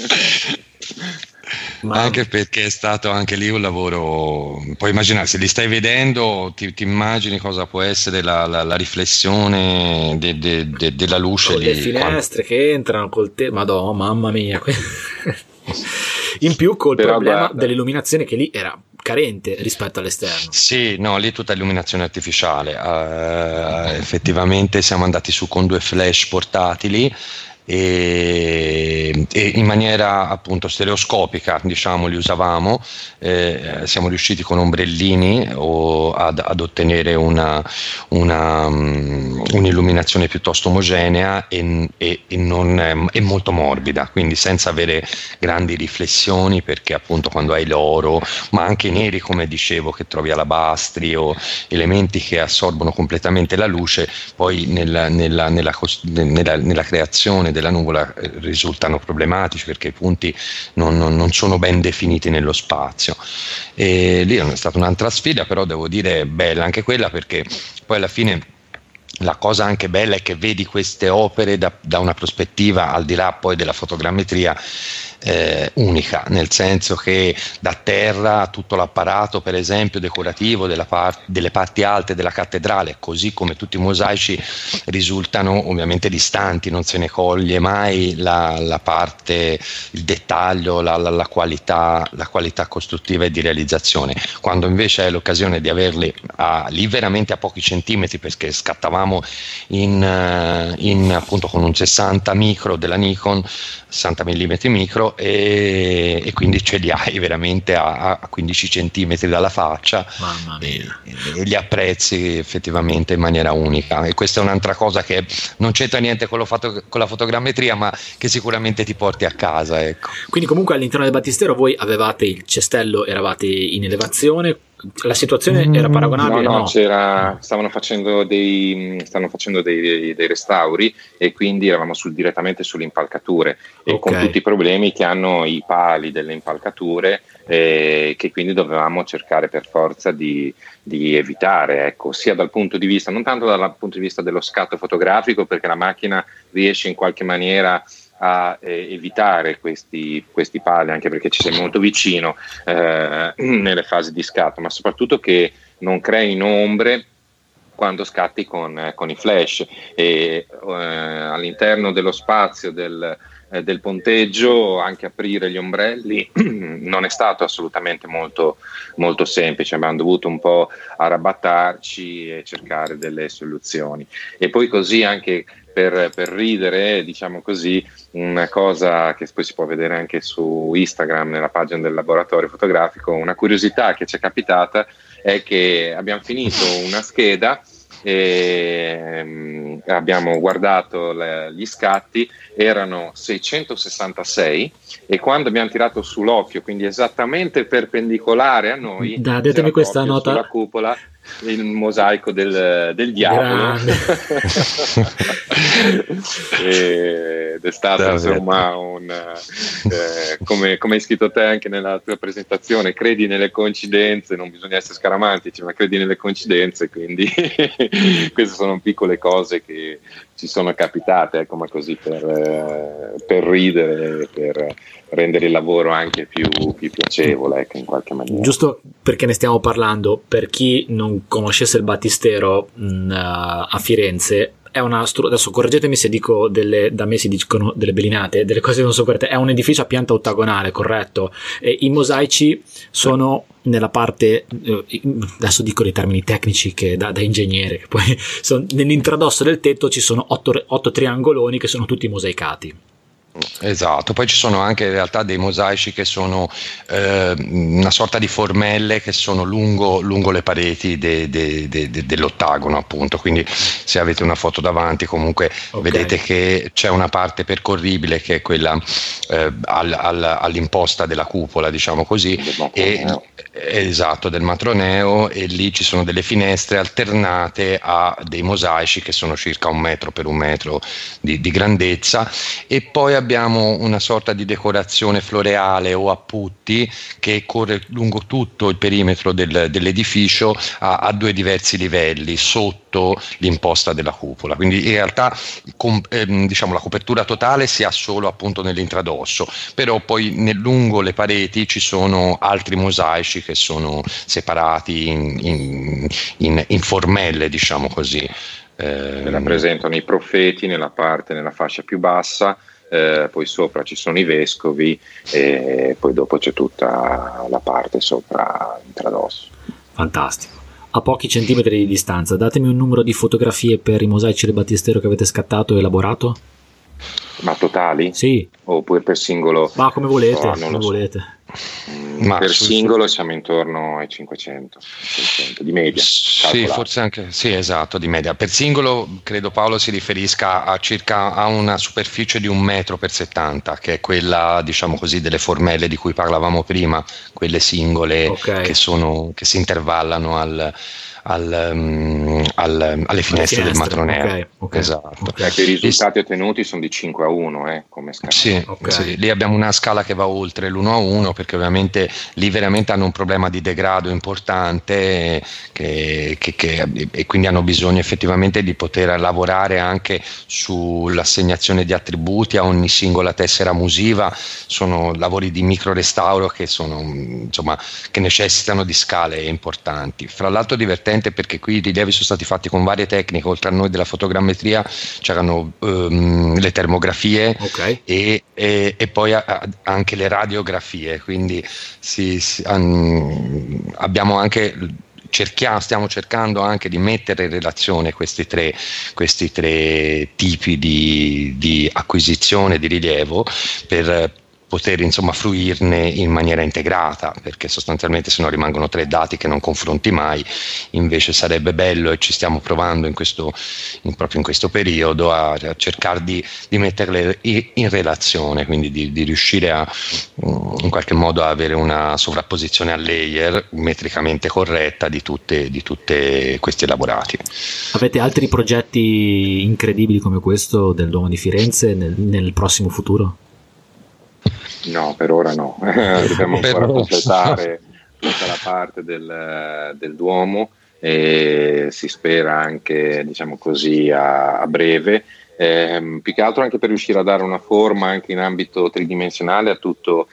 Ma anche perché è stato anche lì un lavoro, puoi immaginare, se li stai vedendo ti, ti immagini cosa può essere la, la, la riflessione de, de, de, della luce con lì, le finestre quando... che entrano col te, madonna, mamma mia. In più col Però problema guarda, dell'illuminazione che lì era carente rispetto all'esterno. Sì, no, lì tutta illuminazione artificiale, uh, effettivamente siamo andati su con due flash portatili e, e in maniera appunto stereoscopica, diciamo, li usavamo, eh, siamo riusciti con ombrellini o ad, ad ottenere una, una um, un'illuminazione piuttosto omogenea e, e, e, non, e molto morbida, quindi senza avere grandi riflessioni, perché appunto quando hai l'oro, ma anche i neri come dicevo che trovi alabastri o elementi che assorbono completamente la luce, poi nella, nella, nella, nella, nella creazione della nuvola risultano problematici perché i punti non, non, non sono ben definiti nello spazio, e lì è stata un'altra sfida, però devo dire bella anche quella, perché poi alla fine la cosa anche bella è che vedi queste opere da, da una prospettiva al di là poi della fotogrammetria eh, unica, nel senso che da terra tutto l'apparato per esempio decorativo della par- delle parti alte della cattedrale, così come tutti i mosaici, risultano ovviamente distanti, non se ne coglie mai la, la parte, il dettaglio, la, la, la qualità, la qualità costruttiva e di realizzazione, quando invece hai l'occasione di averli a, lì veramente a pochi centimetri, perché scattavamo in, in appunto con un sessanta micro della Nikon, sessanta millimetri micro, metro e, e quindi ce li hai veramente a, a quindici centimetri dalla faccia. Mamma mia. E, e li apprezzi effettivamente in maniera unica, e questa è un'altra cosa che non c'entra niente con, lo foto, con la fotogrammetria, ma che sicuramente ti porti a casa, ecco. Quindi comunque all'interno del battistero voi avevate il cestello, eravate in elevazione, la situazione era paragonabile? No, no, no? C'era, stavano facendo dei stavano facendo dei, dei, dei restauri, e quindi eravamo sul, direttamente sulle impalcature, e Okay. con tutti i problemi che hanno i pali delle impalcature, eh, che quindi dovevamo cercare per forza di, di evitare, ecco, sia dal punto di vista, non tanto dal punto di vista dello scatto fotografico, perché la macchina riesce in qualche maniera a eh, evitare questi, questi pali, anche perché ci sei molto vicino eh, nelle fasi di scatto, ma soprattutto che non creino ombre quando scatti con, eh, con i flash, e eh, all'interno dello spazio del, eh, del ponteggio anche aprire gli ombrelli non è stato assolutamente molto, molto semplice, abbiamo dovuto un po' arrabattarci e cercare delle soluzioni. E poi così anche Per, per ridere, diciamo così, una cosa che poi si può vedere anche su Instagram nella pagina del laboratorio fotografico, una curiosità che ci è capitata è che abbiamo finito una scheda e um, abbiamo guardato le, gli scatti, erano seicentosessantasei, e quando abbiamo tirato sull'occhio, quindi esattamente perpendicolare a noi, Da, datemi questa nota sulla cupola il mosaico del, del diavolo. Ed è stato Davvero. insomma un eh, come, come hai scritto te anche nella tua presentazione, credi nelle coincidenze, non bisogna essere scaramantici, ma credi nelle coincidenze, quindi queste sono piccole cose che ci sono capitate, ecco, ma così per, eh, per ridere, per rendere il lavoro anche più, più piacevole, ecco, in qualche maniera. Giusto perché ne stiamo parlando, per chi non conoscesse il Battistero mh, a Firenze, è una stru- adesso correggetemi se dico delle, da me si dicono delle belinate, delle cose che non sono corrette, è un edificio a pianta ottagonale, corretto? E i mosaici sono nella parte, eh, adesso dico dei termini tecnici che da, da ingegnere, che poi sono, nell'intradosso del tetto ci sono otto, otto triangoloni che sono tutti mosaicati. Esatto, poi ci sono anche in realtà dei mosaici che sono eh, una sorta di formelle che sono lungo, lungo le pareti de, de, de, de, dell'ottagono, appunto, quindi se avete una foto davanti comunque Okay. vedete che c'è una parte percorribile che è quella eh, al, al, all'imposta della cupola, diciamo così, e, esatto, del matroneo, e lì ci sono delle finestre alternate a dei mosaici che sono circa un metro per un metro di, di grandezza, e poi abbiamo una sorta di decorazione floreale o a putti che corre lungo tutto il perimetro del, dell'edificio a, a due diversi livelli sotto l'imposta della cupola, quindi in realtà com, ehm, diciamo la copertura totale si ha solo appunto nell'intradosso, però poi nel, lungo le pareti ci sono altri mosaici che sono separati in, in, in, in formelle, diciamo così. Eh, rappresentano i profeti nella parte, nella fascia più bassa. Eh, poi sopra ci sono i vescovi, e poi dopo c'è tutta la parte sopra intradosso. Fantastico. A pochi centimetri di distanza, datemi un numero di fotografie per i mosaici del Battistero che avete scattato e elaborato. Ma totali? Sì. Oppure per singolo? Ma come volete, Oh, non come lo so. volete. Mm, Ma per sul- singolo siamo intorno ai cinquecento, seicento di media. Sì, calcolati. forse anche sì, esatto, di media. Per singolo credo Paolo si riferisca a circa a una superficie di un metro per settanta, che è quella, diciamo così, delle formelle di cui parlavamo prima, quelle singole Ok. che sono che si intervallano al, al, um, al- alle finestre del matroneo. Ok, ok. Esatto. Ok. Ecco, i risultati ottenuti sono di cinque a uno, eh, come scala. Sì, Ok. sì, lì abbiamo una scala che va oltre l'uno a uno, perché ovviamente lì veramente hanno un problema di degrado importante, che, che- che- e quindi hanno bisogno effettivamente di poter lavorare anche sull'assegnazione di attributi a ogni singola tessera musiva. Sono lavori di micro restauro che sono, insomma, che necessitano di scale importanti. Fra l'altro divertente perché qui i rilievi sono stati fatti con varie tecniche, oltre a noi della fotogrammetria c'erano ehm, le termografie Ok. e, e- e poi a- a- anche le radiografie, quindi si- si- an- abbiamo anche cerchiamo, stiamo cercando anche di mettere in relazione questi tre, questi tre tipi di, di acquisizione di rilievo per poter insomma fruirne in maniera integrata, perché sostanzialmente se no rimangono tre dati che non confronti mai. Invece sarebbe bello, e ci stiamo provando in questo, in, proprio in questo periodo a, a cercare di, di metterle in, in relazione, quindi di, di riuscire a in qualche modo a avere una sovrapposizione a layer metricamente corretta di tutte, di tutte questi elaborati. Avete altri progetti incredibili come questo del Duomo di Firenze nel, nel prossimo futuro? No, per ora no. Dobbiamo ancora completare tutta la parte del, del Duomo e si spera anche, diciamo così, a, a breve. Eh, più che altro anche per riuscire a dare una forma anche in ambito tridimensionale a tutto,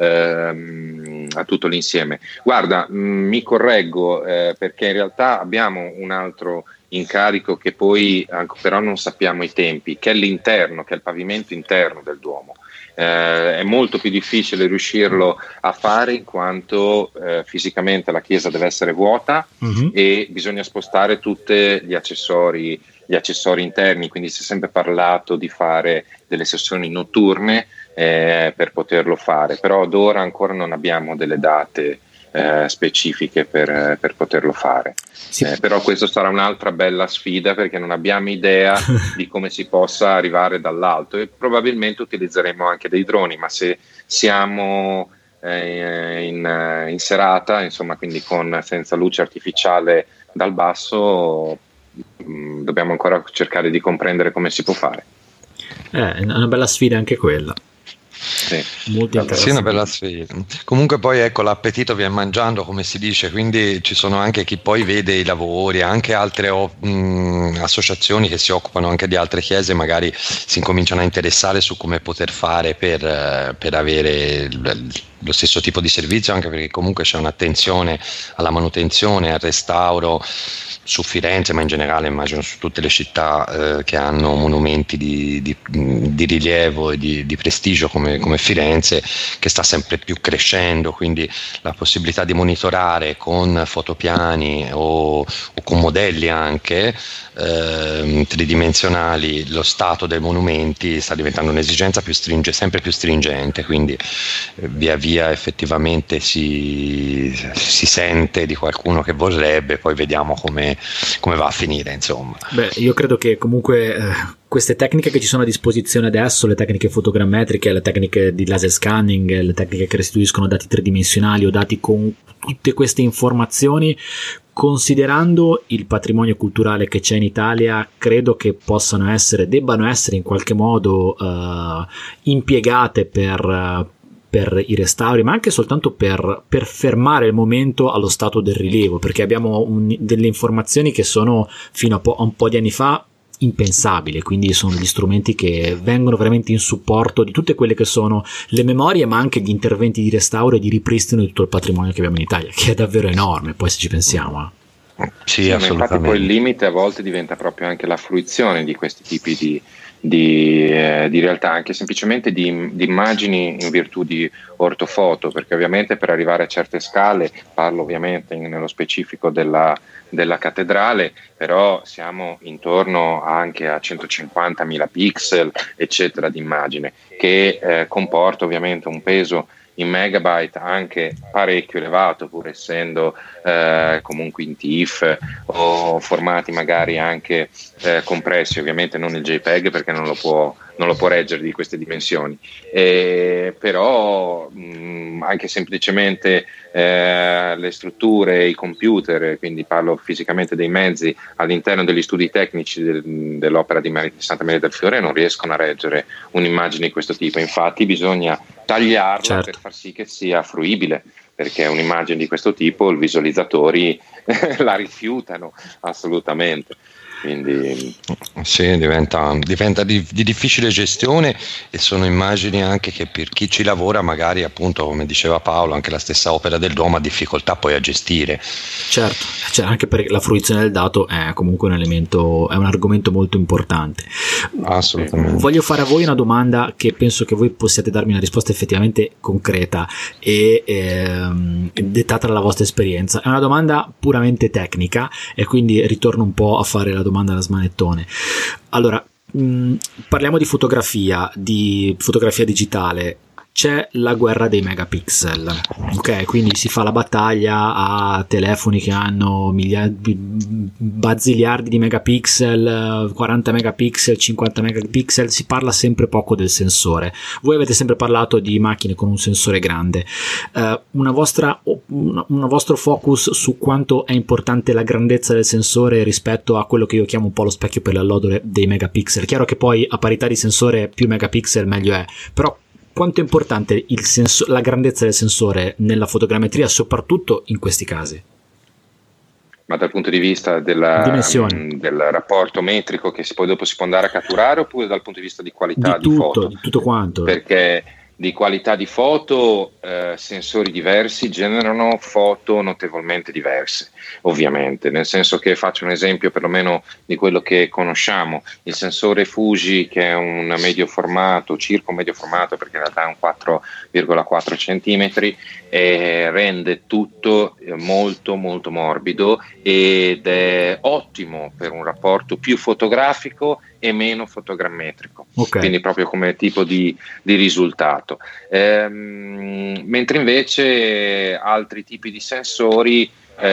ehm, a tutto l'insieme. Guarda, mh, mi correggo eh, perché in realtà abbiamo un altro incarico che poi anche, però non sappiamo i tempi, che è l'interno, che è il pavimento interno del Duomo. Eh, è molto più difficile riuscirlo a fare in quanto eh, fisicamente la chiesa deve essere vuota, uh-huh. e bisogna spostare tutti gli accessori gli accessori interni, quindi si è sempre parlato di fare delle sessioni notturne eh, per poterlo fare, però ad ora ancora non abbiamo delle date eh, specifiche per, per poterlo fare. Sì. Eh, però questo sarà un'altra bella sfida perché non abbiamo idea di come si possa arrivare dall'alto e probabilmente utilizzeremo anche dei droni, ma se siamo eh, in, in serata, insomma, quindi con, senza luce artificiale dal basso, dobbiamo ancora cercare di comprendere come si può fare. Eh, è una bella sfida anche quella. Sì, molto sì, una bella sfida. Comunque poi ecco, l'appetito viene mangiando, come si dice, quindi ci sono anche chi poi vede i lavori, anche altre mh, associazioni che si occupano anche di altre chiese, magari si incominciano a interessare su come poter fare per, per avere lo stesso tipo di servizio, anche perché comunque c'è un'attenzione alla manutenzione, al restauro su Firenze, ma in generale immagino su tutte le città eh, che hanno monumenti di, di, di rilievo e di, di prestigio come, come Firenze, che sta sempre più crescendo, quindi la possibilità di monitorare con fotopiani o, o con modelli anche eh, tridimensionali lo stato dei monumenti sta diventando un'esigenza più stringe, sempre più stringente, quindi eh, via via effettivamente si, si sente di qualcuno che vorrebbe, poi vediamo come come va a finire, insomma. Beh, io credo che comunque eh, queste tecniche che ci sono a disposizione adesso, le tecniche fotogrammetriche, le tecniche di laser scanning, le tecniche che restituiscono dati tridimensionali o dati con tutte queste informazioni, considerando il patrimonio culturale che c'è in Italia, credo che possano essere, debbano essere in qualche modo uh, impiegate per uh, per i restauri, ma anche soltanto per, per fermare il momento allo stato del rilievo, perché abbiamo un, delle informazioni che sono fino a, po- a un po' di anni fa impensabili, quindi sono gli strumenti che vengono veramente in supporto di tutte quelle che sono le memorie, ma anche gli interventi di restauro e di ripristino di tutto il patrimonio che abbiamo in Italia, che è davvero enorme, poi se ci pensiamo. Eh. Sì, sì, assolutamente. Infatti poi il limite a volte diventa proprio anche la fruizione di questi tipi di Di, eh, di realtà, anche semplicemente di, di immagini in virtù di ortofoto, perché ovviamente per arrivare a certe scale, parlo ovviamente in, nello specifico della, della cattedrale, però siamo intorno anche a centocinquantamila pixel eccetera di immagine, che eh, comporta ovviamente un peso in megabyte anche parecchio elevato, pur essendo eh, comunque in T I F o formati magari anche eh, compressi, ovviamente non il JPEG perché non lo può, non lo può reggere di queste dimensioni, e, però mh, anche semplicemente eh, le strutture, i computer, quindi parlo fisicamente dei mezzi all'interno degli studi tecnici del, dell'opera di, Mar- di Santa Maria del Fiore non riescono a reggere un'immagine di questo tipo, infatti bisogna tagliarla, certo, per far sì che sia fruibile, perché un'immagine di questo tipo i visualizzatori la rifiutano assolutamente. Quindi sì, diventa, diventa di, di difficile gestione, e sono immagini anche che per chi ci lavora magari, appunto, come diceva Paolo, anche la stessa opera del Duomo ha difficoltà poi a gestire. Certo, cioè anche perché la fruizione del dato è comunque un elemento, è un argomento molto importante. Assolutamente. Voglio fare a voi una domanda che penso che voi possiate darmi una risposta effettivamente concreta e ehm, dettata dalla vostra esperienza. È una domanda puramente tecnica e quindi ritorno un po' a fare la domanda da smanettone. Allora, mh, parliamo di fotografia, di fotografia digitale. c'è la guerra dei megapixel, ok? Quindi si fa la battaglia a telefoni che hanno miliardi, bazziliardi di megapixel, quaranta megapixel, cinquanta megapixel, si parla sempre poco del sensore. Voi avete sempre parlato di macchine con un sensore grande, uh, una vostra, un vostro focus su quanto è importante la grandezza del sensore rispetto a quello che io chiamo un po' lo specchio per l'allodole dei megapixel. Chiaro che poi a parità di sensore più megapixel meglio è, però quanto è importante il senso- la grandezza del sensore nella fotogrammetria, soprattutto in questi casi? Ma dal punto di vista della, mh, del rapporto metrico che si poi dopo si può andare a catturare, oppure dal punto di vista di qualità di, di tutto, foto? Di tutto quanto. Perché di qualità di foto, eh, sensori diversi generano foto notevolmente diverse, ovviamente, nel senso che faccio un esempio perlomeno di quello che conosciamo. Il sensore Fuji, che è un medio formato, circa un medio formato perché in realtà è un quattro virgola quattro centimetri, eh, rende tutto molto molto morbido ed è ottimo per un rapporto più fotografico e meno fotogrammetrico, okay. Quindi proprio come tipo di, di risultato, ehm, mentre invece altri tipi di sensori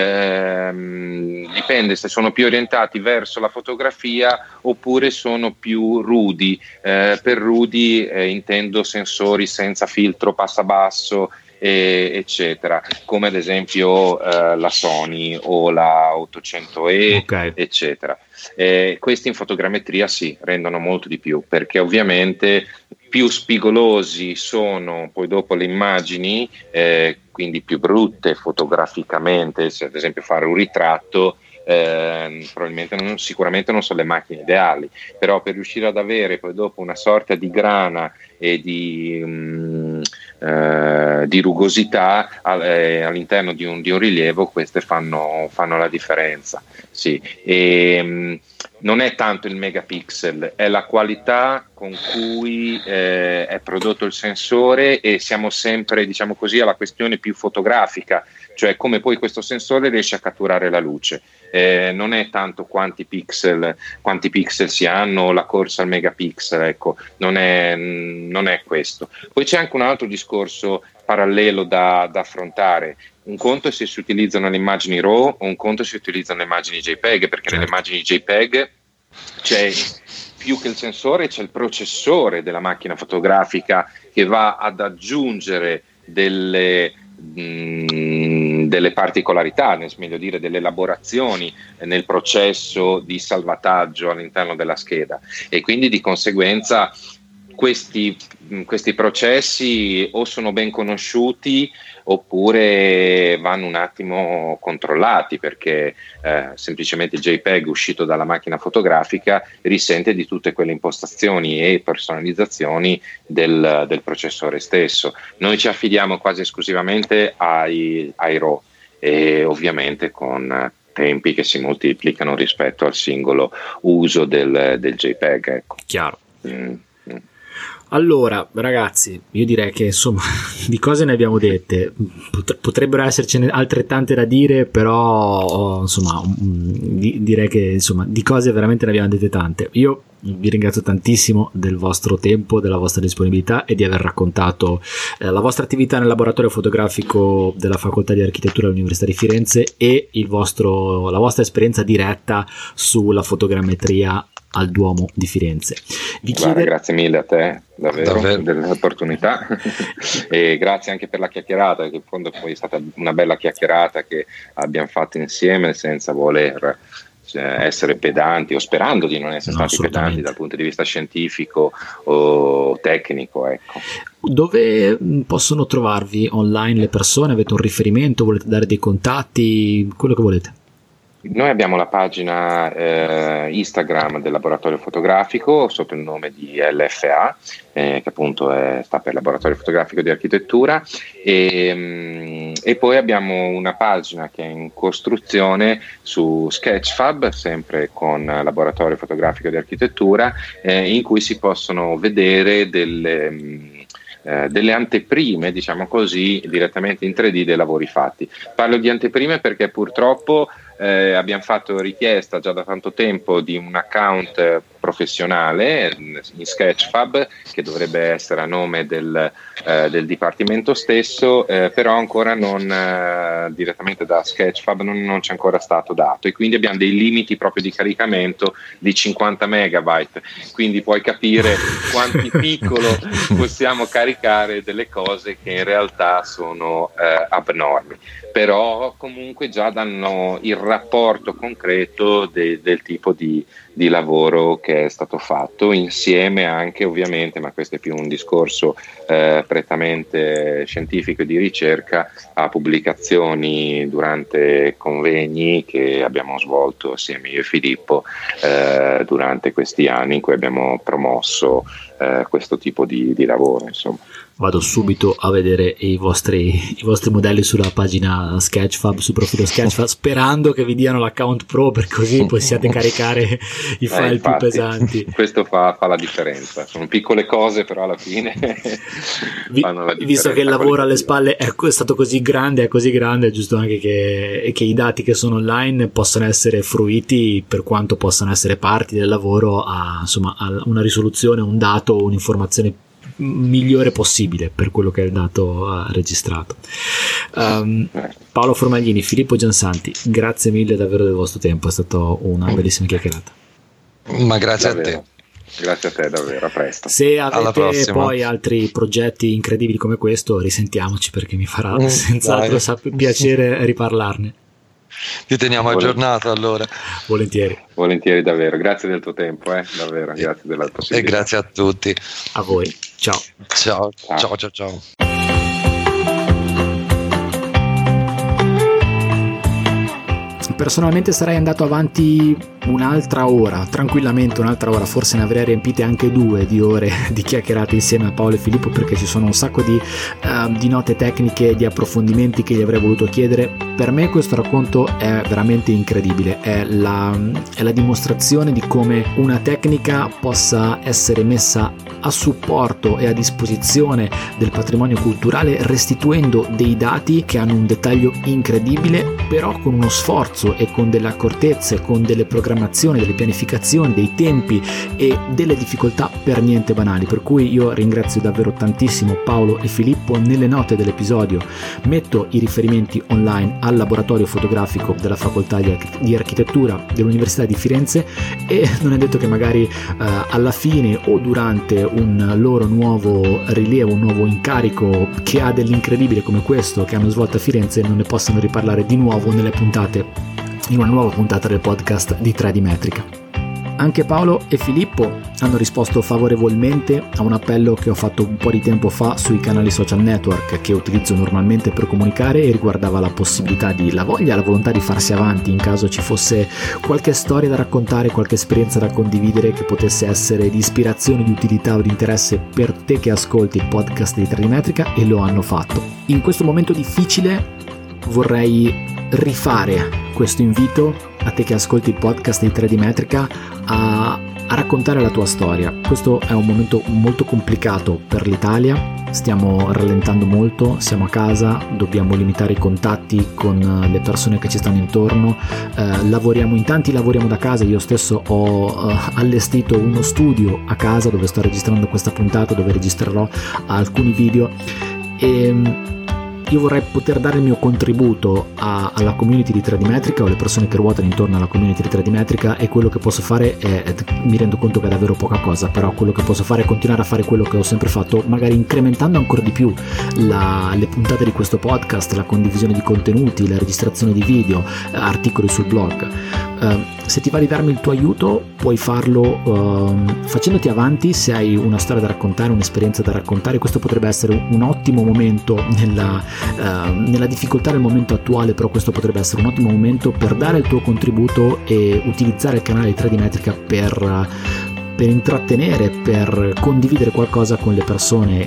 ehm, dipende se sono più orientati verso la fotografia oppure sono più rudi. Eh, per rudi eh, intendo sensori senza filtro passabasso E, eccetera, come ad esempio eh, la Sony o la ottocento E, okay. eccetera. Eh, questi in fotogrammetria sì, rendono molto di più, perché ovviamente più spigolosi sono poi dopo le immagini, eh, quindi più brutte fotograficamente, se ad esempio fare un ritratto, Eh, probabilmente non, sicuramente non sono le macchine ideali, però per riuscire ad avere poi dopo una sorta di grana e di, mh, eh, di rugosità all, eh, all'interno di un, di un rilievo, queste fanno, fanno la differenza, sì. E, mh, non è tanto il megapixel, è la qualità con cui eh, è prodotto il sensore, e siamo sempre, diciamo così, alla questione più fotografica, cioè come poi questo sensore riesce a catturare la luce. Eh, non è tanto quanti pixel, quanti pixel si hanno, la corsa al megapixel, ecco, non è, non è questo. Poi c'è anche un altro discorso parallelo da, da affrontare. Un conto è se si utilizzano le immagini RAW, o un conto è se si utilizzano le immagini JPEG, perché certo. Nelle immagini JPEG c'è più che il sensore, c'è il processore della macchina fotografica che va ad aggiungere delle mh, delle particolarità, nel meglio dire delle elaborazioni nel processo di salvataggio all'interno della scheda, e quindi di conseguenza questi, questi processi o sono ben conosciuti oppure vanno un attimo controllati, perché eh, semplicemente il JPEG uscito dalla macchina fotografica risente di tutte quelle impostazioni e personalizzazioni del, del processore stesso. Noi ci affidiamo quasi esclusivamente ai, ai RAW, e ovviamente con tempi che si moltiplicano rispetto al singolo uso del, del JPEG, ecco. Chiaro. Mm. Allora, ragazzi, io direi che insomma di cose ne abbiamo dette, potrebbero essercene altrettante da dire, però insomma direi che insomma di cose veramente ne abbiamo dette tante. Io vi ringrazio tantissimo del vostro tempo, della vostra disponibilità e di aver raccontato eh, la vostra attività nel laboratorio fotografico della Facoltà di Architettura dell'Università di Firenze e il vostro, la vostra esperienza diretta sulla fotogrammetria al Duomo di Firenze. Vi Guarda, chiede... Grazie mille a te davvero, davvero. dell'opportunità e grazie anche per la chiacchierata, che in fondo poi è stata una bella chiacchierata che abbiamo fatto insieme senza voler cioè, essere pedanti, o sperando di non essere no, stati pedanti dal punto di vista scientifico o tecnico, ecco. Dove possono trovarvi online le persone? Avete un riferimento? Volete dare dei contatti? Quello che volete. Noi abbiamo la pagina eh, Instagram del laboratorio fotografico sotto il nome di L F A, eh, che appunto è, sta per Laboratorio Fotografico di Architettura, e, mh, e poi abbiamo una pagina che è in costruzione su Sketchfab, sempre con Laboratorio Fotografico di Architettura, eh, in cui si possono vedere delle... Mh, Eh, delle anteprime, diciamo così, direttamente in tre D dei lavori fatti. Parlo di anteprime perché purtroppo eh, abbiamo fatto richiesta già da tanto tempo di un account professionale in Sketchfab, che dovrebbe essere a nome del, eh, del dipartimento stesso, eh, però ancora non eh, direttamente da Sketchfab non, non c'è ancora stato dato, e quindi abbiamo dei limiti proprio di caricamento di cinquanta megabyte, quindi puoi capire quanti piccolo possiamo caricare delle cose che in realtà sono eh, abnormi, però comunque già danno il rapporto concreto de, del tipo di, di lavoro che è stato fatto, insieme anche ovviamente, ma questo è più un discorso eh, prettamente scientifico e di ricerca, a pubblicazioni durante convegni che abbiamo svolto assieme io e Filippo eh, durante questi anni in cui abbiamo promosso eh, questo tipo di, di lavoro, insomma. Vado subito a vedere i vostri, i vostri modelli sulla pagina Sketchfab, sul profilo Sketchfab, sperando che vi diano l'account pro, per così possiate caricare i file eh, infatti, più pesanti. Questo fa, fa la differenza, sono piccole cose, però alla fine vi, fanno la differenza. Visto che il lavoro alle spalle è stato così grande, è così grande, è giusto anche che, che i dati che sono online possano essere fruiti, per quanto possano essere parti del lavoro, a, insomma, a una risoluzione, un dato, un'informazione migliore possibile per quello che è il dato uh, registrato. um, Paolo Formaglini, Filippo Giansanti, grazie mille davvero del vostro tempo, è stata una bellissima chiacchierata. Ma grazie davvero. a te. Grazie a te, davvero, a presto. Se avete poi altri progetti incredibili come questo, risentiamoci, perché mi farà mm, senz'altro sap- piacere riparlarne. Ti teniamo aggiornato allora. Volentieri. Volentieri, davvero. Grazie del tuo tempo, eh? Davvero, grazie della possibilità. E grazie a tutti. A voi. Ciao. Ciao, ciao, ciao, ciao. Personalmente sarei andato avanti un'altra ora, tranquillamente un'altra ora, forse ne avrei riempite anche due di ore di chiacchierate insieme a Paolo e Filippo, perché ci sono un sacco di, uh, di note tecniche, di approfondimenti che gli avrei voluto chiedere. Per me questo racconto è veramente incredibile, è la, è la dimostrazione di come una tecnica possa essere messa a supporto e a disposizione del patrimonio culturale, restituendo dei dati che hanno un dettaglio incredibile, però con uno sforzo e con delle accortezze, con delle programmazioni, delle pianificazioni, dei tempi e delle difficoltà per niente banali. Per cui io ringrazio davvero tantissimo Paolo e Filippo. Nelle note dell'episodio metto i riferimenti online al laboratorio fotografico della facoltà di architettura dell'Università di Firenze, e non è detto che magari eh, alla fine o durante un loro nuovo rilievo, un nuovo incarico che ha dell'incredibile come questo che hanno svolto a Firenze, non ne possano riparlare di nuovo nelle puntate, in una nuova puntata del podcast di tre D Metrica. Anche Paolo e Filippo hanno risposto favorevolmente a un appello che ho fatto un po' di tempo fa sui canali social network che utilizzo normalmente per comunicare, e riguardava la possibilità di, la voglia, la volontà di farsi avanti in caso ci fosse qualche storia da raccontare, qualche esperienza da condividere che potesse essere di ispirazione, di utilità o di interesse per te che ascolti il podcast di tre D Metrica, e lo hanno fatto. In questo momento difficile vorrei rifare questo invito a te che ascolti il podcast di tre D Metrica a, a raccontare la tua storia. Questo è un momento molto complicato per l'Italia, stiamo rallentando molto, siamo a casa, dobbiamo limitare i contatti con le persone che ci stanno intorno, eh, lavoriamo in tanti, lavoriamo da casa. Io stesso ho eh, allestito uno studio a casa dove sto registrando questa puntata, dove registrerò alcuni video, e io vorrei poter dare il mio contributo a, alla community di tre D Metrica, o alle persone che ruotano intorno alla community di tre D Metrica, e quello che posso fare è, è, mi rendo conto che è davvero poca cosa, però quello che posso fare è continuare a fare quello che ho sempre fatto, magari incrementando ancora di più la, le puntate di questo podcast, la condivisione di contenuti, la registrazione di video, articoli sul blog. Uh, se ti va di darmi il tuo aiuto, puoi farlo uh, facendoti avanti. Se hai una storia da raccontare, un'esperienza da raccontare, questo potrebbe essere un ottimo momento nella, uh, nella difficoltà del momento attuale, però questo potrebbe essere un ottimo momento per dare il tuo contributo e utilizzare il canale di tre D Metrica per, uh, per intrattenere, per condividere qualcosa con le persone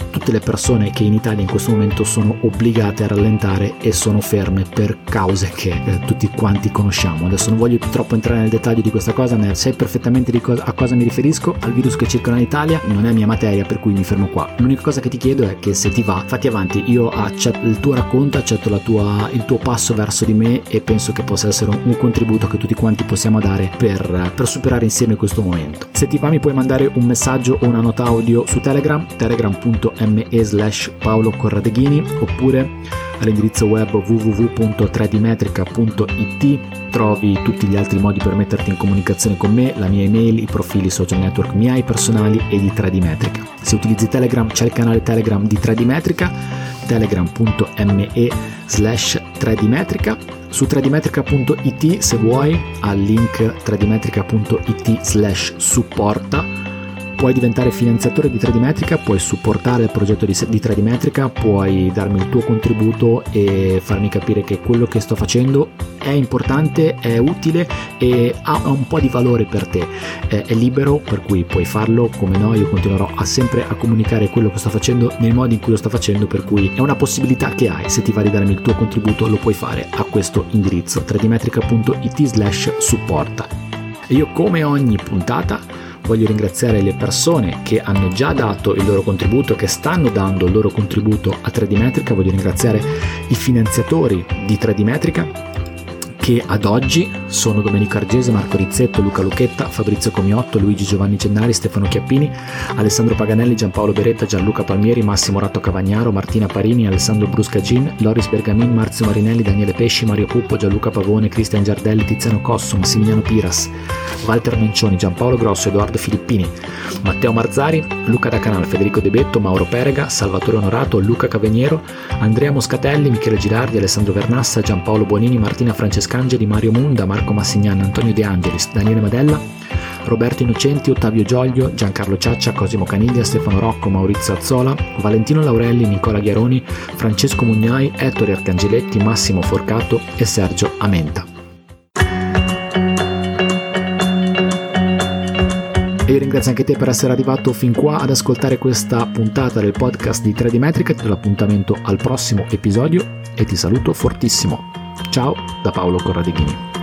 tutte le persone che in Italia in questo momento sono obbligate a rallentare e sono ferme per cause che eh, tutti quanti conosciamo. Adesso non voglio troppo entrare nel dettaglio di questa cosa, ne sai perfettamente di cosa, a cosa mi riferisco, al virus che circola in Italia, non è mia materia, per cui mi fermo qua. L'unica cosa che ti chiedo è che se ti va, fatti avanti, io accetto il tuo racconto, accetto la tua, il tuo passo verso di me e penso che possa essere un, un contributo che tutti quanti possiamo dare per, per superare insieme questo momento. Se ti va mi puoi mandare un messaggio o una nota audio su Telegram, telegram punto me slash Paolo Corradeghini, oppure all'indirizzo web w w w punto tre d metrica punto i t. Trovi tutti gli altri modi per metterti in comunicazione con me, la mia email, i profili social network miei personali e di tre D Metrica. Se utilizzi Telegram c'è il canale Telegram di tre D Metrica, telegram punto me slash tre d metrica. Su tre d metrica punto i t se vuoi al link tre d metrica punto i t slash supporta. Puoi diventare finanziatore di tre D Metrica, puoi supportare il progetto di, di tre D Metrica, puoi darmi il tuo contributo e farmi capire che quello che sto facendo è importante, è utile e ha un po' di valore per te. È, è libero, per cui puoi farlo, come no, io continuerò a sempre a comunicare quello che sto facendo nei modi in cui lo sto facendo, per cui è una possibilità che hai. Se ti va di darmi il tuo contributo lo puoi fare a questo indirizzo tre d metrica punto i t slash supporta. E io, come ogni puntata, voglio ringraziare le persone che hanno già dato il loro contributo, che stanno dando il loro contributo a tre D Metrica. Voglio ringraziare i finanziatori di tre D Metrica, che ad oggi sono Domenico Argese, Marco Rizzetto, Luca Lucchetta, Fabrizio Comiotto, Luigi Giovanni Gennari, Stefano Chiappini, Alessandro Paganelli, Giampaolo Beretta, Gianluca Palmieri, Massimo Ratto Cavagnaro, Martina Parini, Alessandro Bruscagin, Loris Bergamin, Marzio Marinelli, Daniele Pesci, Mario Puppo, Gianluca Pavone, Cristian Giardelli, Tiziano Cosso, Massimiliano Piras, Walter Mencioni, Giampaolo Grosso, Edoardo Filippini, Matteo Marzari, Luca Da Canal, Federico De Betto, Mauro Perega, Salvatore Onorato, Luca Caveniero, Andrea Moscatelli, Michele Girardi, Alessandro Vernassa, Giampaolo Bonini, Martina Francescangeli, Mario Munda, Marco Massignan, Antonio De Angelis, Daniele Madella, Roberto Innocenti, Ottavio Gioglio, Giancarlo Ciaccia, Cosimo Caniglia, Stefano Rocco, Maurizio Azzola, Valentino Laurelli, Nicola Ghiaroni, Francesco Mugnai, Ettore Arcangeletti, Massimo Forcato e Sergio Amenta. E io ringrazio anche te per essere arrivato fin qua ad ascoltare questa puntata del podcast di tre D Metrica. Ti do l'appuntamento al prossimo episodio e ti saluto fortissimo. Ciao da Paolo Corradeghini.